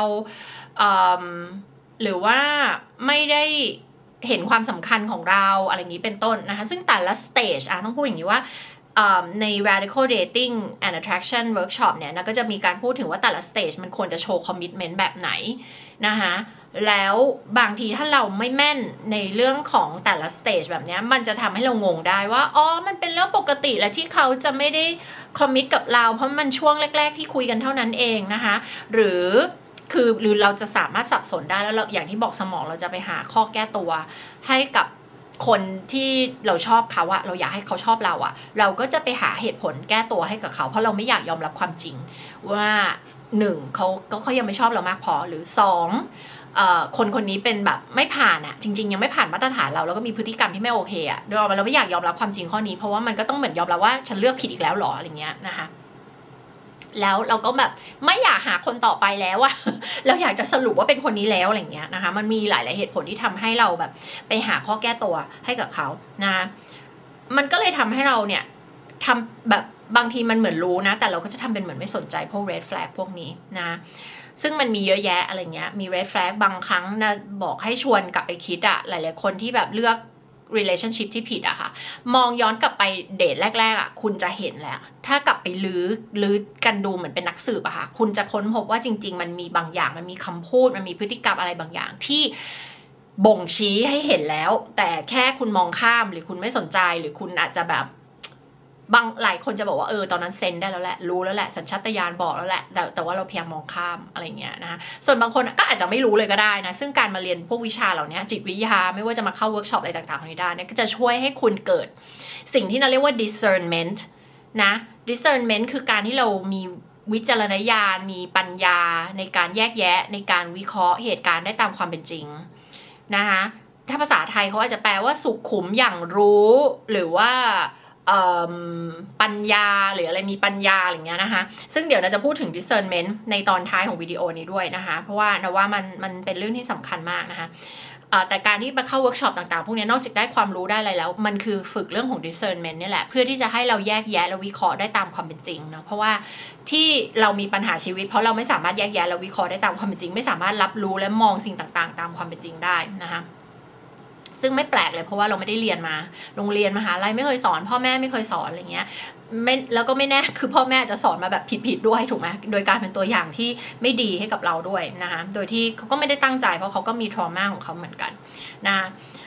หรือว่าไม่ได้เห็นความสำคัญของเราอะไรอย่างนี้เป็นต้นนะคะซึ่งแต่ละสเตจอ่ะต้องพูดอย่างนี้ว่าใน radical dating and attraction workshop เนี่ยนะก็จะมีการพูดถึงว่าแต่ละสเตจมันควรจะโชว์ commitment แบบไหนนะคะแล้วบางทีถ้าเราไม่แม่นในเรื่องของแต่ละสเตจแบบนี้มันจะทำให้เรางงได้ว่าอ๋อมันเป็นเรื่องปกติและที่เขาจะไม่ได้คอมมิตกับเราเพราะมันช่วงแรกๆที่คุยกันเท่านั้นเองนะคะหรือคือหรือเราจะสามารถสับสนได้แล้วเราอย่างที่บอกสมองเราจะไปหาข้อแก้ตัวให้กับคนที่เราชอบเขาอะเราอยากให้เขาชอบเราอะเราก็จะไปหาเหตุผลแก้ตัวให้กับเขาเพราะเราไม่อยากยอมรับความจริงว่าหนึ่งเขาเขายังไม่ชอบเรามากพอหรือสองเอ่อคนคนนี้เป็นแบบไม่ผ่านอะจริงๆยังไม่ผ่านมาตรฐานเราแล้วก็มีพฤติกรรมที่ไม่โอเคอะโดยเราไม่อยากยอมรับความจริงข้อนี้เพราะว่ามันก็ต้องเหมือนยอมรับว่าฉันเลือกผิดอีกแล้วหรออะไรเงี้ยนะคะแล้วเราก็แบบไม่อยากหาคนต่อไปแล้วอะเราอยากจะสรุปว่าเป็นคนนี้แล้วอะไรเงี้ยนะคะมันมีหลายๆเหตุผลที่ทำให้เราแบบไปหาข้อแก้ตัวให้กับเขานะมันก็เลยทำให้เราเนี่ยทำแบบบางทีมันเหมือนรู้นะแต่เราก็จะทำเป็นเหมือนไม่สนใจพวก red flag พวกนี้นะซึ่งมันมีเยอะแยะอะไรเงี้ยมี red flag บางครั้งนะบอกให้ชวนกลับไปคิดอะหลายๆคนที่แบบเลือกrelationship ที่ผิดอะค่ะมองย้อนกลับไปเดทแรกๆอะคุณจะเห็นแล้วถ้ากลับไปลื้อลื้อกันดูเหมือนเป็นนักสืบอะค่ะคุณจะค้นพบว่าจริงๆมันมีบางอย่างมันมีคำพูดมันมีพฤติกรรมอะไรบางอย่างที่บ่งชี้ให้เห็นแล้วแต่แค่คุณมองข้ามหรือคุณไม่สนใจหรือคุณอาจจะแบบบางหลายคนจะบอกว่าเออตอนนั้นเซนได้แล้วแหละรู้แล้วแหละสัญชาตญาณบอกแล้วแหละแต่แต่ว่าเราเพียงมองข้ามอะไรเงี้ยนะคะส่วนบางคนก็อาจจะไม่รู้เลยก็ได้นะซึ่งการมาเรียนพวกวิชาเหล่านี้จิตวิทยาไม่ว่าจะมาเข้าเวิร์กช็อปอะไรต่างๆของนิด้าเนี่ยก็จะช่วยให้คุณเกิดสิ่งที่เราเรียกว่า discernment นะ discernment คือการที่เรามีวิจารณญาณมีปัญญาในการแยกแยะในการวิเคราะห์เหตุการณ์ได้ตามความเป็นจริงนะคะถ้าภาษาไทยเขาอาจจะแปลว่าสุขุมอย่างรู้หรือว่าปัญญาหรืออะไรมีปัญญาอะไรเงี้ยนะคะซึ่งเดี๋ยวเราจะพูดถึง discernment ในตอนท้ายของวิดีโอนี้ด้วยนะคะเพราะว่านะว่ามันมันเป็นเรื่องที่สำคัญมากนะคะแต่การที่มาเข้าเวิร์กช็อปต่างๆพวกนี้นอกจากได้ความรู้ได้อะไรแล้วมันคือฝึกเรื่องของ discernment นี่แหละเพื่อที่จะให้เราแยกแยะและวิเคราะห์ได้ตามความเป็นจริงเนาะเพราะว่าที่เรามีปัญหาชีวิตเพราะเราไม่สามารถแยกแยะและวิเคราะห์ได้ตามความเป็นจริงไม่สามารถรับรู้และมองสิ่งต่างๆตามความเป็นจริงได้นะคะซึ่งไม่แปลกเลยเพราะว่าเราไม่ได้เรียนมาโรงเรียนมหาลัยไม่เคยสอนพ่อแม่ไม่เคยสอนอะไรเงี้ยไม่แล้วก็ไม่แน่คือพ่อแม่จะสอนมาแบบผิดๆด้วยถูกไหมโดยการเป็นตัวอย่างที่ไม่ดีให้กับเราด้วยนะคะโดยที่เขาก็ไม่ได้ตั้งใจเพราะเขาก็มีทรมาของเขาเหมือนกันนะ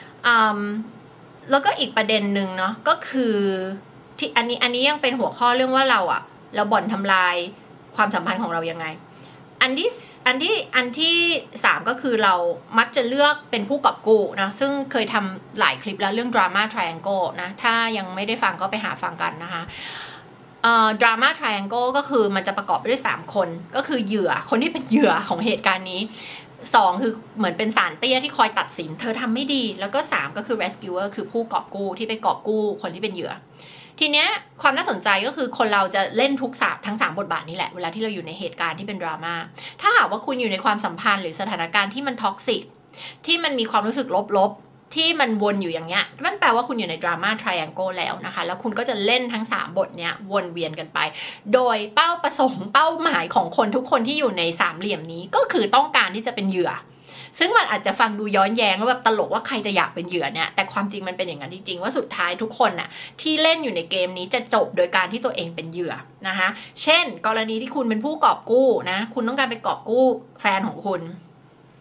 แล้วก็อีกประเด็นหนึ่งเนาะก็คือที่อันนี้อันนี้ยังเป็นหัวข้อเรื่องว่าเราอะเราบ่อนทำลายความสัมพันธ์ของเรายังไงอันที่อันที่อันที่สามก็คือเรามักจะเลือกเป็นผู้กอบกู้นะซึ่งเคยทำหลายคลิปแล้วเรื่อง drama triangle นะถ้ายังไม่ได้ฟังก็ไปหาฟังกันนะคะเอ่อ drama triangle ก็คือมันจะประกอบไปด้วยสามคนก็คือเหยื่อคนที่เป็นเหยื่อของเหตุการณ์นี้สองคือเหมือนเป็นศาลเตี้ยที่คอยตัดสินเธอทำไม่ดีแล้วก็สามก็คือ rescuer คือผู้กอบกู้ที่ไปกอบกู้คนที่เป็นเหยื่อทีเนี้ยความน่าสนใจก็คือคนเราจะเล่นทุกสามทั้งสามบทบาทนี้แหละเวลาที่เราอยู่ในเหตุการณ์ที่เป็นดราม่าถ้าหากว่าคุณอยู่ในความสัมพันธ์หรือสถานการณ์ที่มันท็อกซิกที่มันมีความรู้สึกลบๆที่มันวนอยู่อย่างเงี้ยนั่นแปลว่าคุณอยู่ในดราม่าทริแองเกิลแล้วนะคะแล้วคุณก็จะเล่นทั้งสามบทเนี้ยวนเวียนกันไปโดยเป้าประสงค์เป้าหมายของคนทุกคนที่อยู่ในสามเหลี่ยมนี้ก็คือต้องการที่จะเป็นเหยื่อซึ่งมันอาจจะฟังดูย้อนแย้งว่าแบบตลกว่าใครจะอยากเป็นเหยื่อเนี่ยแต่ความจริงมันเป็นอย่างนั้นจริงๆว่าสุดท้ายทุกคนน่ะที่เล่นอยู่ในเกมนี้จะจบโดยการที่ตัวเองเป็นเหยื่อนะคะเช่นกรณีที่คุณเป็นผู้กอบกู้นะคุณต้องการไปกอบกู้แฟนของคุณ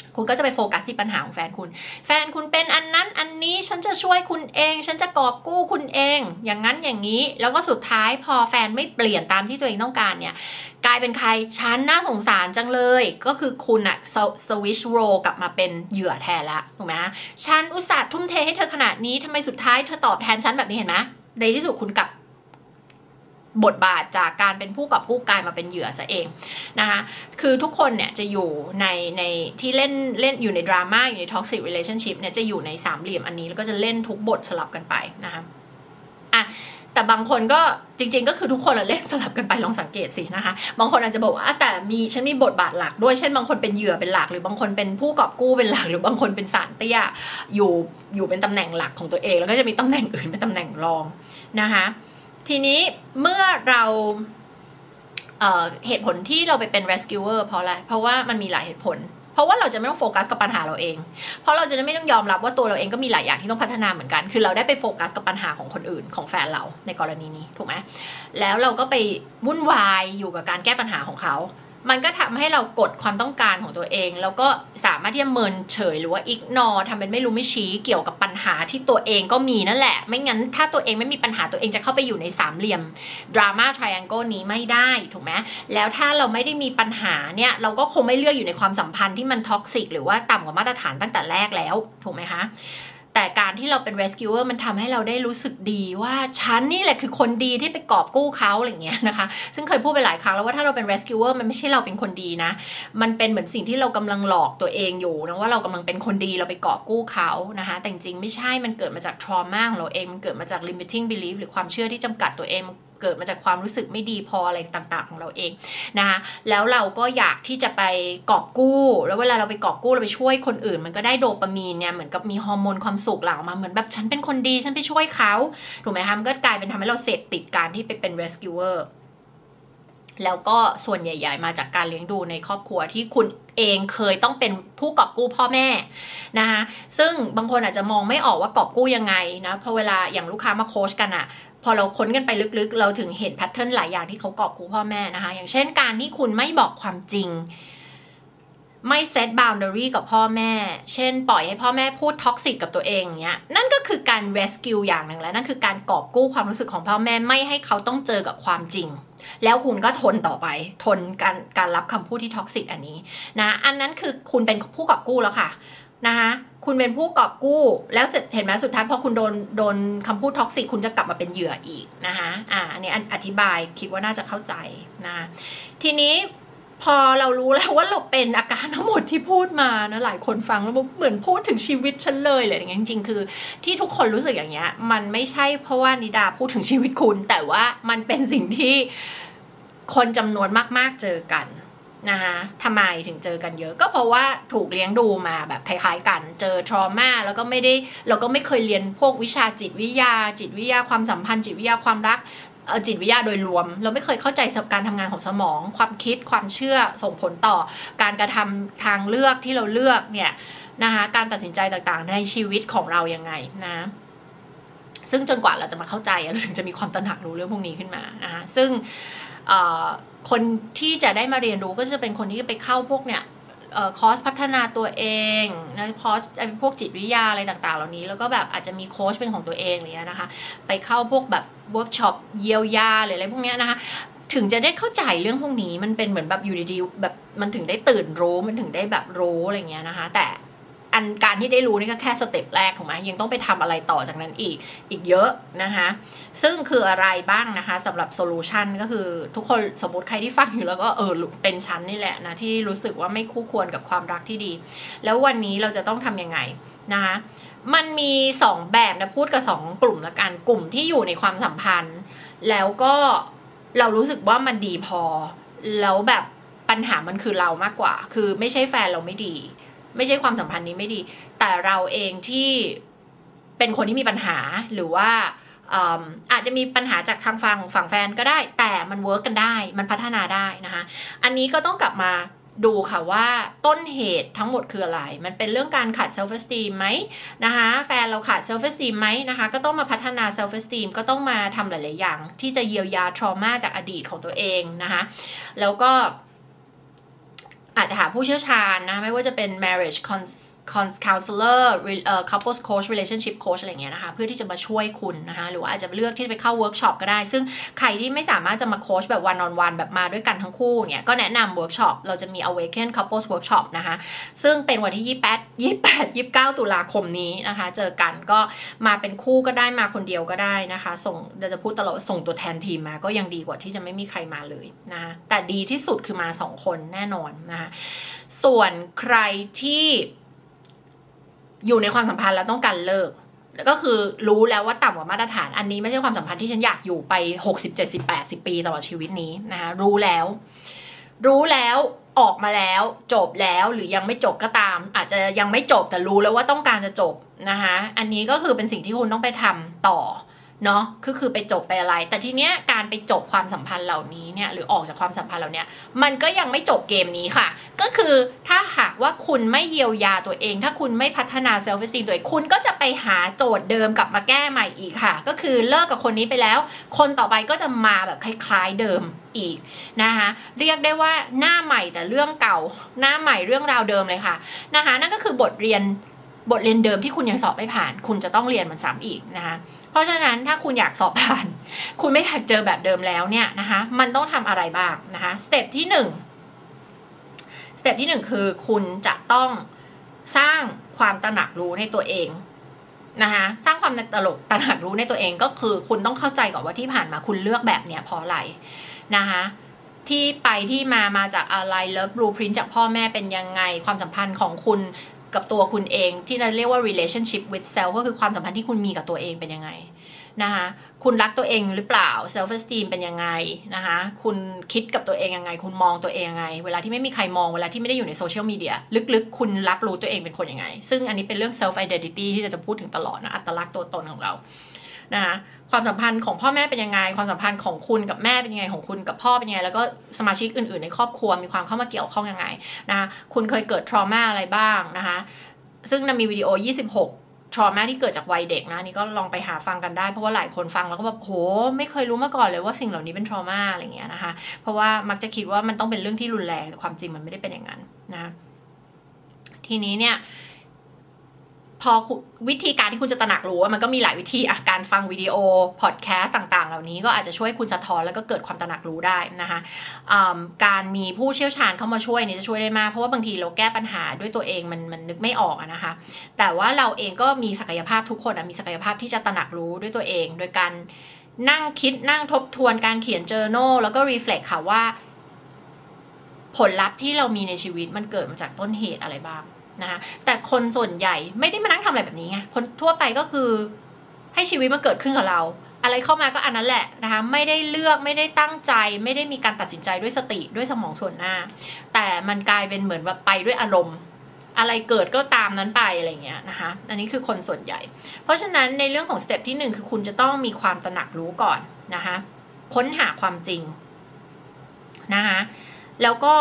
คุณก็จะไปโฟกัสที่ปัญหาของแฟนคุณแฟนคุณเป็นอันนั้นอันนี้ฉันจะช่วยคุณเองฉันจะกอบกู้คุณเองอย่างนั้นอย่างนี้แล้วก็สุดท้ายพอแฟนไม่เปลี่ยนตามที่ตัวเองต้องการเนี่ยกลายเป็นใครฉันน่าสงสารจังเลยก็คือคุณอะสวิชโรกลับมาเป็นเหยื่อแทนละถูกไหมฉันอุตส่าห์ทุ่มเทให้เธอขนาดนี้ทำไมสุดท้ายเธอตอบแทนฉันแบบนี้เห็นไหมในที่สุดคุณกลับบทบาทจากการเป็นผู้กอบกู้กลายมาเป็นเหยื่อซะเองนะคะคือทุกคนเนี่ยจะอยู่ในในที่เล่นเล่นอยู่ในดราม่าอยู่ใน toxic relationship เนี่ยจะอยู่ในสามเหลี่ยมอันนี้แล้วก็จะเล่นทุกบทสลับกันไปนะคะอ่ะแต่บางคนก็จริงๆก็คือทุกคนเล่นสลับกันไปลองสังเกตสินะคะบางคนอาจจะบอกว่าแต่มีฉันมีบทบาทหลักด้วยเช่นบางคนเป็นเหยื่อเป็นหลักหรือบางคนเป็นผู้กอบกู้เป็นหลักหรือบางคนเป็นสารเตี้ยอยู่อยู่เป็นตำแหน่งหลักของตัวเองแล้วก็จะมีตำแหน่งอื่นเป็นตำแหน่งรองนะคะทีนี้เมื่อเราเอ่อเหตุผลที่เราไปเป็น rescuer เพราะอะไรเพราะว่ามันมีหลายเหตุผลเพราะว่าเราจะไม่ต้องโฟกัสกับปัญหาเราเองเพราะเราจะไม่ต้องยอมรับว่าตัวเราเองก็มีหลายอย่างที่ต้องพัฒนาเหมือนกันคือเราได้ไปโฟกัสกับปัญหาของคนอื่นของแฟนเราในกรณีนี้ถูกไหมแล้วเราก็ไปวุ่นวายอยู่กับการแก้ปัญหาของเขามันก็ทำให้เรากดความต้องการของตัวเองแล้วก็สามารถที่จะเมินเฉยหรือว่าอิกนอร์ทำเป็นไม่รู้ไม่ชี้เกี่ยวกับปัญหาที่ตัวเองก็มีนั่นแหละไม่งั้นถ้าตัวเองไม่มีปัญหาตัวเองจะเข้าไปอยู่ในสามเหลี่ยมดราม่าไทรแองเกิลนี้ไม่ได้ถูกไหมแล้วถ้าเราไม่ได้มีปัญหาเนี่ยเราก็คงไม่เลือกอยู่ในความสัมพันธ์ที่มันท็อกซิกหรือว่าต่ำกว่ามาตรฐานตั้งแต่แรกแล้วถูกไหมคะแต่การที่เราเป็น rescuer มันทำให้เราได้รู้สึกดีว่าฉันนี่แหละคือคนดีที่ไปกอบกู้เขาอะไรเงี้ยนะคะซึ่งเคยพูดไปหลายครั้งแล้วว่าถ้าเราเป็น rescuer มันไม่ใช่เราเป็นคนดีนะมันเป็นเหมือนสิ่งที่เรากำลังหลอกตัวเองอยู่นะว่าเรากำลังเป็นคนดีเราไปกอบกู้เขานะคะแต่จริงๆไม่ใช่มันเกิดมาจาก trauma ของเราเองมันเกิดมาจาก limiting belief หรือความเชื่อที่จำกัดตัวเองเกิดมาจากความรู้สึกไม่ดีพออะไรต่างๆของเราเองนะคะแล้วเราก็อยากที่จะไปกอบกู้แล้วเวลาเราไปกอบกู้เราไปช่วยคนอื่นมันก็ได้โดปามีนเนี่ยเหมือนกับมีฮอร์โมนความสุขหลั่งออกมาเหมือนแบบฉันเป็นคนดีฉันไปช่วยเขาถูกไหมคะมันก็กลายเป็นทำให้เราเสพติดการที่ไปเป็น rescuer แล้วก็ส่วนใหญ่ๆมาจากการเลี้ยงดูในครอบครัวที่คุณเองเคยต้องเป็นผู้กอบกู้พ่อแม่นะคะซึ่งบางคนอาจจะมองไม่ออกว่ากอบกู้ยังไงนะพอเวลาอย่างลูกค้ามาโค้ชกันอะพอเราค้นกันไปลึกๆเราถึงเห็นแพทเทิร์นหลายอย่างที่เขากอบกู้พ่อแม่นะคะอย่างเช่นการที่คุณไม่บอกความจริงไม่เซตบาวน์ดารีกับพ่อแม่เช่นปล่อยให้พ่อแม่พูดท็อกซิกกับตัวเองอย่างเงี้ยนั่นก็คือการ rescue อย่างหนึ่งแล้วนั่นคือการกอบกู้ความรู้สึกของพ่อแม่ไม่ให้เขาต้องเจอกับความจริงแล้วคุณก็ทนต่อไปทนการการรับคำพูดที่ท็อกซิกอันนี้นะอันนั้นคือคุณเป็นผู้กอบกู้แล้วค่ะนะคะคุณเป็นผู้กอบกู้แล้วเสร็จเห็นไหมสุดท้ายพอคุณโดนโดนคำพูดท็อกซิกคุณจะกลับมาเป็นเหยื่ออีกนะคะอ่าอันนี้อธิบายคิดว่าน่าจะเข้าใจนะทีนี้พอเรารู้แล้วว่าเราเป็นอาการทั้งหมดที่พูดมานะหลายคนฟังแล้วเหมือนพูดถึงชีวิตฉันเลยอะไรอย่างเงี้ยจริงๆคือที่ทุกคนรู้สึกอย่างเงี้ยมันไม่ใช่เพราะว่านิดาพูดถึงชีวิตคุณแต่ว่ามันเป็นสิ่งที่คนจำนวนมากๆเจอกันนะคะทำไมถึงเจอกันเยอะก็เพราะว่าถูกเลี้ยงดูมาแบบคล้ายๆกันเจอทรมาแล้วก็ไม่ได้เราก็ไม่เคยเรียนพวกวิชาจิตวิทยาจิตวิทยาความสัมพันธ์จิตวิทยาความรักจิตวิทยาโดยรวมเราไม่เคยเข้าใจการทำงานของสมองความคิดความเชื่อส่งผลต่อการกระทำทางเลือกที่เราเลือกเนี่ยนะคะการตัดสินใจต่างๆในชีวิตของเรายังไงนะซึ่งจนกว่าเราจะมาเข้าใจเราถึงจะมีความตระหนักรู้เรื่องพวกนี้ขึ้นมานะคะซึ่งคนที่จะได้มาเรียนรู้ก็จะเป็นคนที่ไปเข้าพวกเนี่ยคอร์สพัฒนาตัวเองนะคอร์สพวกจิตวิทยาอะไรต่างๆเหล่านี้แล้วก็แบบอาจจะมีโค้ชเป็นของตัวเองอะไรเงี้ยนะคะไปเข้าพวกแบบเวิร์กช็อปเยียวยาหรืออะไรพวกนี้นะคะถึงจะได้เข้าใจเรื่องพวกนี้มันเป็นเหมือนแบบอยู่ดีๆแบบมันถึงได้ตื่นรู้มันถึงได้แบบรู้อะไรเงี้ยนะคะแต่อันการที่ได้รู้นี่ก็แค่สเต็ปแรกถูกไหมยังต้องไปทำอะไรต่อจากนั้นอีกอีกเยอะนะคะซึ่งคืออะไรบ้างนะคะสำหรับโซลูชันก็คือทุกคนสมมติใครที่ฟังอยู่แล้วก็เออเป็นชั้นนี่แหละนะที่รู้สึกว่าไม่คู่ควรกับความรักที่ดีแล้ววันนี้เราจะต้องทำยังไงนะคะมันมีสองแบบนะพูดกับสองกลุ่มละกันกลุ่มที่อยู่ในความสัมพันธ์แล้วก็เรารู้สึกว่ามันดีพอแล้วแบบปัญหามันคือเรามากกว่าคือไม่ใช่แฟนเราไม่ดีไม่ใช่ความสัมพันธ์นี้ไม่ดีแต่เราเองที่เป็นคนที่มีปัญหาหรือว่าอาจจะมีปัญหาจากทางฝั่งฝั่งแฟนก็ได้แต่มันเวิร์กกันได้มันพัฒนาได้นะคะอันนี้ก็ต้องกลับมาดูค่ะว่าต้นเหตุทั้งหมดคืออะไรมันเป็นเรื่องการขาด self esteem ไหมนะคะแฟนเราขาด self esteem ไหมนะคะก็ต้องมาพัฒนา self esteem ก็ต้องมาทำหลายๆอย่างที่จะเยียวยา trauma จากอดีตของตัวเองนะคะแล้วก็อาจจะหาผู้เชี่ยวชาญนะไม่ว่าจะเป็น marriage counselor couples coach relationship coach อะไรเงี้ยนะคะเพื่อที่จะมาช่วยคุณนะคะหรือว่าอาจจะเลือกที่จะไปเข้าเวิร์กช็อปก็ได้ซึ่งใครที่ไม่สามารถจะมาโค้ชแบบ one on one แบบมาด้วยกันทั้งคู่เนี่ยก็แนะนำเวิร์กช็อปเราจะมี awaken couples workshop นะคะซึ่งเป็นวันที่ยี่สิบแปด ยี่สิบแปด ยี่สิบเก้าตุลาคมนี้นะคะเจอกันก็มาเป็นคู่ก็ได้มาคนเดียวก็ได้นะคะส่งเดี๋ยวจะพูดตลอดส่งตัวแทนทีมมาก็ยังดีกว่าที่จะไม่มีใครมาเลยนะคะแต่ดีที่สุดคือมาสองคนแน่นอนนะคะส่วนใครที่อยู่ในความสัมพันธ์แล้วต้องการเลิกก็คือรู้แล้วว่าต่ำกว่ามาตรฐานอันนี้ไม่ใช่ความสัมพันธ์ที่ฉันอยากอยู่ไปหกสิบ เจ็ดสิบ แปดสิบปีตลอดชีวิตนี้นะคะรู้แล้วรู้แล้วออกมาแล้วจบแล้วหรือยังไม่จบก็ตามอาจจะยังไม่จบแต่รู้แล้วว่าต้องการจะจบนะคะอันนี้ก็คือเป็นสิ่งที่คุณต้องไปทำต่อเนาะก็คือไปจบไปอะไรแต่ทีเนี้ยการไปจบความสัมพันธ์เหล่านี้เนี่ยหรือออกจากความสัมพันธ์เหล่านี้มันก็ยังไม่จบเกมนี้ค่ะก็คือถ้าหากว่าคุณไม่เยียวยาตัวเองถ้าคุณไม่พัฒนาเซลฟ์เอสตีมตัวเองคุณก็จะไปหาโจทย์เดิมกลับมาแก้ใหม่อีกค่ะก็คือเลิกกับคนนี้ไปแล้วคนต่อไปก็จะมาแบบคล้ายๆเดิมอีกนะคะเรียกได้ว่าหน้าใหม่แต่เรื่องเก่าหน้าใหม่เรื่องราวเดิมเลยค่ะนะคะนั่นก็คือบทเรียนบทเรียนเดิมที่คุณยังสอบไม่ผ่านคุณจะต้องเรียนมันซ้ำอีกนะคะเพราะฉะนั้นถ้าคุณอยากสอบผ่านคุณไม่อยากเจอแบบเดิมแล้วเนี่ยนะคะมันต้องทำอะไรบ้างนะคะสเต็ปที่หนึ่งสเต็ปที่หนึ่งคือคุณจะต้องสร้างความตระหนักรู้ในตัวเองนะคะสร้างความตระหนกตระหนักรู้ในตัวเองก็คือคุณต้องเข้าใจก่อนว่าที่ผ่านมาคุณเลือกแบบเนี้ยเพราะอะไรนะคะที่ไปที่มามาจากอะไรเลิฟบลูพรินท์จากพ่อแม่เป็นยังไงความสัมพันธ์ของคุณกับตัวคุณเองที่เราเรียกว่า relationship with self ก็คือความสัมพันธ์ที่คุณมีกับตัวเองเป็นยังไงนะคะคุณรักตัวเองหรือเปล่า self esteem เป็นยังไงนะคะคุณคิดกับตัวเองยังไงคุณมองตัวเองยังไงเวลาที่ไม่มีใครมองเวลาที่ไม่ได้อยู่ในโซเชียลมีเดียลึกๆคุณรับรู้ตัวเองเป็นคนยังไงซึ่งอันนี้เป็นเรื่อง self identity ที่เราจะพูดถึงตลอดนะอัตลักษณ์ตัวตนของเรานะคะความสัมพันธ์ของพ่อแม่เป็นยังไงความสัมพันธ์ของคุณกับแม่เป็นยังไงของคุณกับพ่อเป็นยังไงแล้วก็สมาชิกอื่นๆในครอบครัวมีความเข้ามาเกี่ยวข้องยังไงนะคะคุณเคยเกิด trauma อะไรบ้างนะคะซึ่งมีวิดีโอยี่สิบหก trauma ที่เกิดจากวัยเด็กนะนี่ก็ลองไปหาฟังกันได้เพราะว่าหลายคนฟังแล้วก็แบบโหไม่เคยรู้มาก่อนเลยว่าสิ่งเหล่านี้เป็น trauma อะไรอย่างเงี้ยนะคะเพราะว่ามักจะคิดว่ามันต้องเป็นเรื่องที่รุนแรงแต่ความจริงมันไม่ได้เป็นอย่างนั้นนะทีนี้เนี่ยพอวิธีการที่คุณจะตระหนักรู้ว่ามันก็มีหลายวิธีการฟังวิดีโอพอดแคสต์ต่างๆเหล่านี้ก็อาจจะช่วยคุณสะท้อนแล้วก็เกิดความตระหนักรู้ได้นะคะการมีผู้เชี่ยวชาญเข้ามาช่วยนี่จะช่วยได้มากเพราะว่าบางทีเราแก้ปัญหาด้วยตัวเองมันมันนึกไม่ออกนะคะแต่ว่าเราเองก็มีศักยภาพทุกคนมีศักยภาพที่จะตระหนักรู้ด้วยตัวเองโดยการนั่งคิดนั่งทบทวนการเขียน journal แล้วก็ reflect ค่ะว่าผลลัพธ์ที่เรามีในชีวิตมันเกิดมาจากต้นเหตุอะไรบ้างนะคะแต่คนส่วนใหญ่ไม่ได้มานั่งทำอะไรแบบนี้ไงคนทั่วไปก็คือให้ชีวิตมันเกิดขึ้นกับเราอะไรเข้ามาก็อันนั้นแหละนะคะไม่ได้เลือกไม่ได้ตั้งใจไม่ได้มีการตัดสินใจด้วยสติด้วยสมองส่วนหน้าแต่มันกลายเป็นเหมือนว่าไปด้วยอารมณ์อะไรเกิดก็ตามนั้นไปอะไรเงี้ยนะคะอันนี้คือคนส่วนใหญ่เพราะฉะนั้นในเรื่องของสเต็ปที่หนึ่งคือคุณจะต้องมีความตระหนักรู้ก่อนนะคะค้นหาความจริงนะคะแล้วก็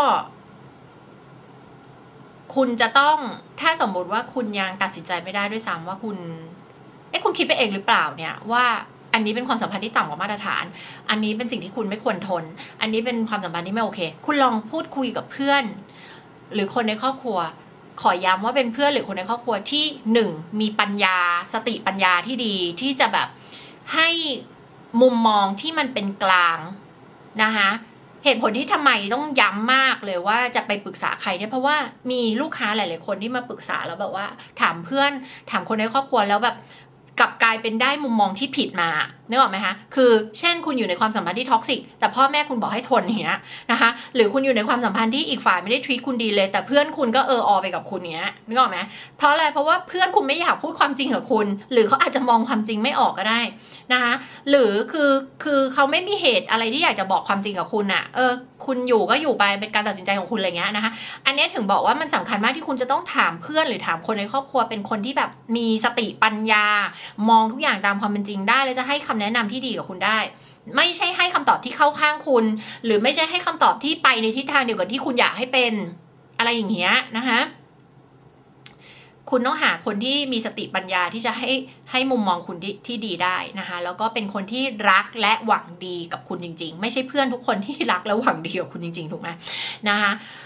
คุณจะต้องถ้าสมมติว่าคุณยังตัดสินใจไม่ได้ด้วยซ้ำว่าคุณเอ๊ะคุณคิดไปเองหรือเปล่าเนี่ยว่าอันนี้เป็นความสัมพันธ์ที่ต่ำกว่ามาตรฐานอันนี้เป็นสิ่งที่คุณไม่ควรทนอันนี้เป็นความสัมพันธ์ที่ไม่โอเคคุณลองพูดคุยกับเพื่อนหรือคนในครอบครัวขอย้ำว่าเป็นเพื่อนหรือคนในครอบครัวที่หนึ่งมีปัญญาสติปัญญาที่ดีที่จะแบบให้มุมมองที่มันเป็นกลางนะคะเหตุผลที่ทำไมต้องย้ำมากเลยว่าจะไปปรึกษาใครเนี่ยเพราะว่ามีลูกค้าหลายๆคนที่มาปรึกษาแล้วแบบว่าถามเพื่อนถามคนในครอบครัวแล้วแบบกลับกลายเป็นได้มุมมองที่ผิดมานึกออกไหมคะคือเช่นคุณอยู่ในความสัมพันธ์ที่ท็อกซิกแต่พ่อแม่คุณบอกให้ทนอย่างเงี้ยนะคะหรือคุณอยู่ในความสัมพันธ์ที่อีกฝ่ายไม่ได้ทรีตคุณดีเลยแต่เพื่อนคุณก็เอออไปกับคุณเงี้ยนึกออกไหมเพราะอะไรเพราะว่าเพื่อนคุณไม่อยากพูดความจริงกับคุณหรือเขาอาจจะมองความจริงไม่ออกก็ได้นะคะหรือคือคือเขาไม่มีเหตุอะไรที่อยากจะบอกความจริงกับคุณอ่ะเออคุณอยู่ก็อยู่ไปเป็นการตัดสินใจของคุณอะไรเงี้ยนะคะอันนี้ถึงบอกว่ามันสำคัญมากที่คุณจะต้องถามเพื่อนหรือถามคนในครอบครัวเป็นคนที่แบบมีสติปัญญามองทุกอย่างตามความเป็นจริงได้และจะให้คำแนะนำที่ดีกับคุณได้ไม่ใช่ให้คำตอบที่เข้าข้างคุณหรือไม่ใช่ให้คำตอบที่ไปในทิศทางเดียวกับที่คุณอยากให้เป็นอะไรอย่างเงี้ยนะคะคุณต้องหาคนที่มีสติปัญญาที่จะให้ให้มุมมองคุณที่ที่ดีได้นะคะแล้วก็เป็นคนที่รักและหวังดีกับคุณจริงๆไม่ใช่เพื่อนทุกคนที่รักและหวังดีกับคุณจริงๆถูกไหมนะคะ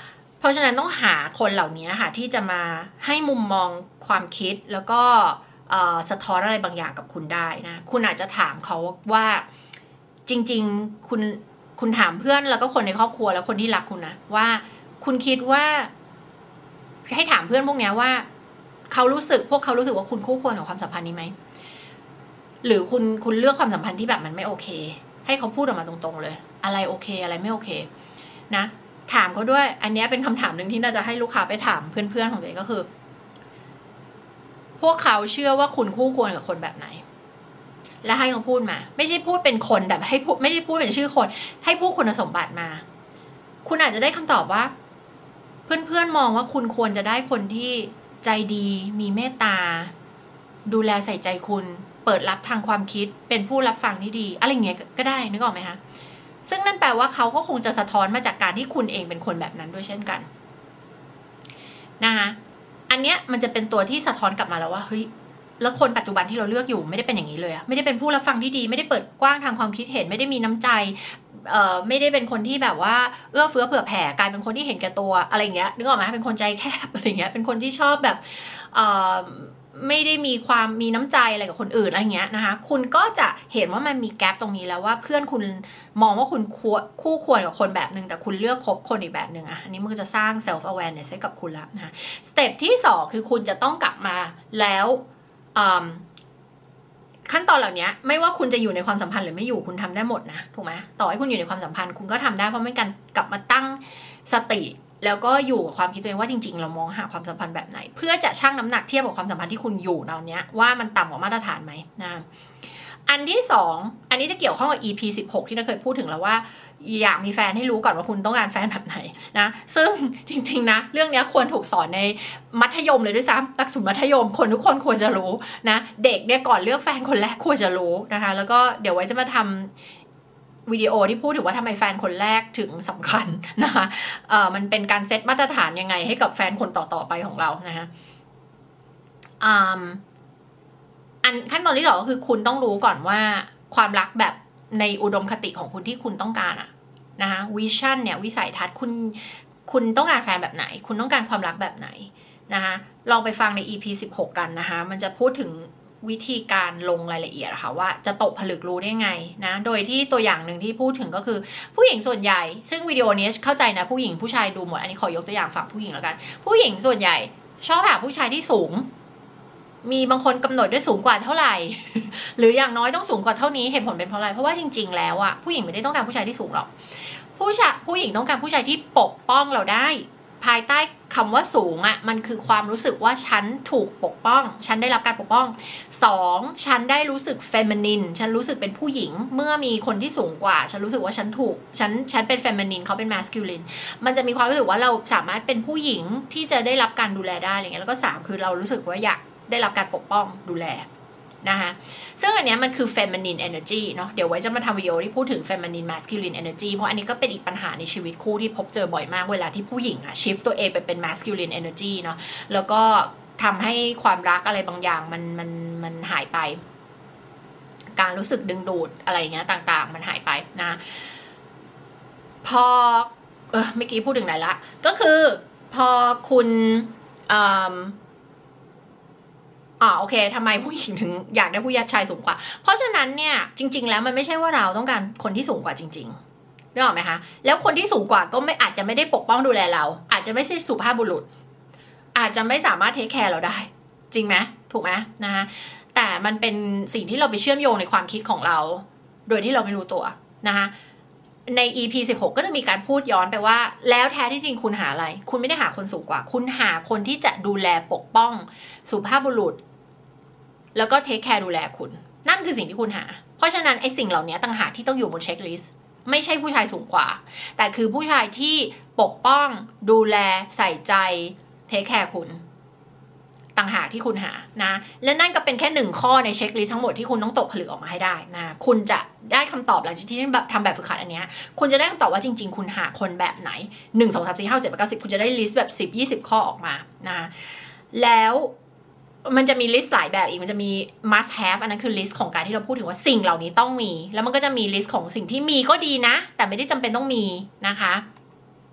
เพราะฉะนั้นต้องหาคนเหล่านี้ค่ะที่จะมาให้มุมมองความคิดแล้วก็สะท้อนอะไรบางอย่างกับคุณได้นะคุณอาจจะถามเขาว่าจริงๆคุณคุณถามเพื่อนแล้วก็คนในครอบครัวแล้วคนที่รักคุณนะว่าคุณคิดว่าให้ถามเพื่อนพวกนี้ว่าเขารู้สึกพวกเขารู้สึกว่าคุณคู่ควรกับความสัมพันธ์นี้ไหมหรือคุณคุณเลือกความสัมพันธ์ที่แบบมันไม่โอเคให้เขาพูดออกมาตรงๆเลยอะไรโอเคอะไรไม่โอเคนะถามเขาด้วยอันนี้เป็นคำถามหนึ่งที่น่าจะให้ลูกค้าไปถามเพื่อนๆของตัวเองก็คือพวกเขาเชื่อว่าคุณคู่ควรกับคนแบบไหนและให้เขาพูดมาไม่ใช่พูดเป็นคนแบบให้พูดไม่ได้พูดเป็นชื่อคนให้พูดคุณสมบัติมาคุณอาจจะได้คำตอบว่าเพื่อนๆมองว่าคุณควรจะได้คนที่ใจดีมีเมตตาดูแลใส่ใจคุณเปิดรับทางความคิดเป็นผู้รับฟังที่ดีอะไรอย่างเงี้ยก็ได้นึกออกไหมคะซึ่งนั่นแปลว่าเขาก็คงจะสะท้อนมาจากการที่คุณเองเป็นคนแบบนั้นด้วยเช่นกันนะคะอันเนี้ยมันจะเป็นตัวที่สะท้อนกลับมาแล้วว่าเฮ้ยแล้วคนปัจจุบันที่เราเลือกอยู่ไม่ได้เป็นอย่างนี้เลยอะไม่ได้เป็นผู้รับฟังที่ดีไม่ได้เปิดกว้างทางความคิดเห็นไม่ได้มีน้ำใจเอ่อไม่ได้เป็นคนที่แบบว่าเอื้อเฟื้อเผื่อแผ่กลายเป็นคนที่เห็นแก่ตัวอะไรเงี้ยนึกออกไหมเป็นคนใจแคบอะไรเงี้ยเป็นคนที่ชอบแบบเอ่อไม่ได้มีความมีน้ำใจอะไรกับคนอื่นอะไรเงี้ยนะคะคุณก็จะเห็นว่ามันมีแกลบตรงนี้แล้วว่าเพื่อนคุณมองว่าคุณคู่ควรกับคนแบบนึงแต่คุณเลือกคบคนอีกแบบนึงอ่ะอันนี้มันจะสร้าง self awareness ให้กับคุณแล้วนะคะสเต็ปที่สองคือคุณจะต้องกลับมาแล้วขั้นตอนเหล่านี้ไม่ว่าคุณจะอยู่ในความสัมพันธ์หรือไม่อยู่คุณทำได้หมดนะถูกไหมต่อให้คุณอยู่ในความสัมพันธ์คุณก็ทำได้เพราะเป็นการกลับมาตั้งสติแล้วก็อยู่กับความคิดตัวเองว่าจริงๆเรามองหาความสัมพันธ์แบบไหนเพื่อจะชั่งน้ำหนักเทียบกับความสัมพันธ์ที่คุณอยู่ตอนนี้ว่ามันต่ำกว่ามาตรฐานไหมนะอันที่สองอันนี้จะเกี่ยวข้องกับ อี พี สิบหกที่เราเคยพูดถึงแล้วว่าอยากมีแฟนให้รู้ก่อนว่าคุณต้องการแฟนแบบไหนนะซึ่งจริงๆนะเรื่องนี้ควรถูกสอนในมัธยมเลยด้วยซ้ำหลักสูตรมัธยมคนทุกคนควรจะรู้นะเด็กเนี่ยก่อนเลือกแฟนคนแรกควรจะรู้นะคะแล้วก็เดี๋ยวไว้จะมาทำวิดีโอที่พูดถึงว่าทำไมแฟนคนแรกถึงสำคัญนะคะเอ่อมันเป็นการเซตมาตรฐานยังไงให้กับแฟนคนต่อๆไปของเรานะคะอ่าอันขั้นตอนที่สองก็คือคุณต้องรู้ก่อนว่าความรักแบบในอุดมคติของคุณที่คุณต้องการอะนะคะวิชั่นเนี่ยวิสัยทัศน์คุณคุณต้องการแฟนแบบไหนคุณต้องการความรักแบบไหนนะคะลองไปฟังใน อี พี สิบหกกันนะคะมันจะพูดถึงวิธีการลงรายละเอียดนะคะว่าจะตกผลึกรู้ได้ไงนะโดยที่ตัวอย่างหนึ่งที่พูดถึงก็คือผู้หญิงส่วนใหญ่ซึ่งวิดีโอนี้เข้าใจนะผู้หญิงผู้ชายดูหมดอันนี้ขอยกตัวอย่างฝั่งผู้หญิงแล้วกันผู้หญิงส่วนใหญ่ชอบหาผู้ชายที่สูงมีบางคนกำหนดด้วยสูงกว่าเท่าไหร่ หรืออย่างน้อยต้องสูงกว่าเท่านี้เหตุผลเป็นเพราะอะไรเพราะว่าจริงๆแล้วอะผู้หญิงไม่ได้ต้องการผู้ชายที่สูงหรอกผู้ชายผู้หญิงต้องการผู้ชายที่ปกป้องเราได้ภายใต้คำว่าสูงอะมันคือความรู้สึกว่าฉันถูกปกป้องฉันได้รับการปกป้องสองฉันได้รู้สึกเฟมินินฉันรู้สึกเป็นผู้หญิงเมื่อมีคนที่สูงกว่าฉันรู้สึกว่าฉันถูกฉันฉันเป็นเฟมินินเขาเป็นมาสคิลินมันจะมีความรู้สึกว่าเราสามารถเป็นผู้หญิงที่จะได้รับการดูแลได้อะไรเงี้ยแล้วก็สามคือเรารู้สึกว่าอยากได้รับการปกป้องดูแลนะคะซึ่งอันนี้มันคือ feminine energy เนาะเดี๋ยวไว้จะมาทำวิดีโอที่พูดถึง feminine masculine energy เพราะอันนี้ก็เป็นอีกปัญหาในชีวิตคู่ที่พบเจอบ่อยมากเวลาที่ผู้หญิงอะ shift ตัวเองไปเป็น masculine energy เนาะแล้วก็ทำให้ความรักอะไรบางอย่างมันมันมันหายไปการรู้สึกดึงดูดอะไรเงี้ยต่างๆมันหายไปนะพอเออเมื่อกี้พูดถึงไหนละก็คือพอคุณอ่าอ๋อโอเคทำไมผู้หญิงถึงอยากได้ผู้ชายสูงกว่าเพราะฉะนั้นเนี่ยจริงๆแล้วมันไม่ใช่ว่าเราต้องการคนที่สูงกว่าจริงๆนึกออกไหมคะแล้วคนที่สูงกว่าก็ไม่อาจจะไม่ได้ปกป้องดูแลเราอาจจะไม่ใช่สุภาพบุรุษอาจจะไม่สามารถเทคแคร์เราได้จริงไหมถูกไหมนะคะแต่มันเป็นสิ่งที่เราไปเชื่อมโยงในความคิดของเราโดยที่เราไม่รู้ตัวนะคะใน อี พี สิบหกก็จะมีการพูดย้อนไปว่าแล้วแท้ที่จริงคุณหาอะไรคุณไม่ได้หาคนสูงกว่าคุณหาคนที่จะดูแลปกป้องสุภาพบุรุษแล้วก็เทคแคร์ดูแลคุณนั่นคือสิ่งที่คุณหาเพราะฉะนั้นไอ้สิ่งเหล่านี้ต่างหากที่ต้องอยู่บนเช็คลิสต์ไม่ใช่ผู้ชายสูงกว่าแต่คือผู้ชายที่ปกป้องดูแลใส่ใจเทคแคร์คุณต่างหากที่คุณหานะและนั่นก็เป็นแค่หนึ่งข้อในเช็คลิสต์ทั้งหมดที่คุณต้องตกผลึกออกมาให้ได้นะคุณจะได้คำตอบหลังจากที่ทำแบบฝึกหัดอันนี้คุณจะได้คำตอบว่าจริงๆคุณหาคนแบบไหนหนึ่ง สอง สาม สี่ ห้า เจ็ด แปด เก้า สิบคุณจะได้ลิสต์แบบสิบ ยี่สิบข้อออกมานะแล้วมันจะมีลิสต์หลายแบบอีกมันจะมี must have อันนั้นคือลิสต์ของการที่เราพูดถึงว่าสิ่งเหล่านี้ต้องมีแล้วมันก็จะมีลิสต์ของสิ่งที่มีก็ดีนะแต่ไม่ได้จำเป็นต้องมีนะคะ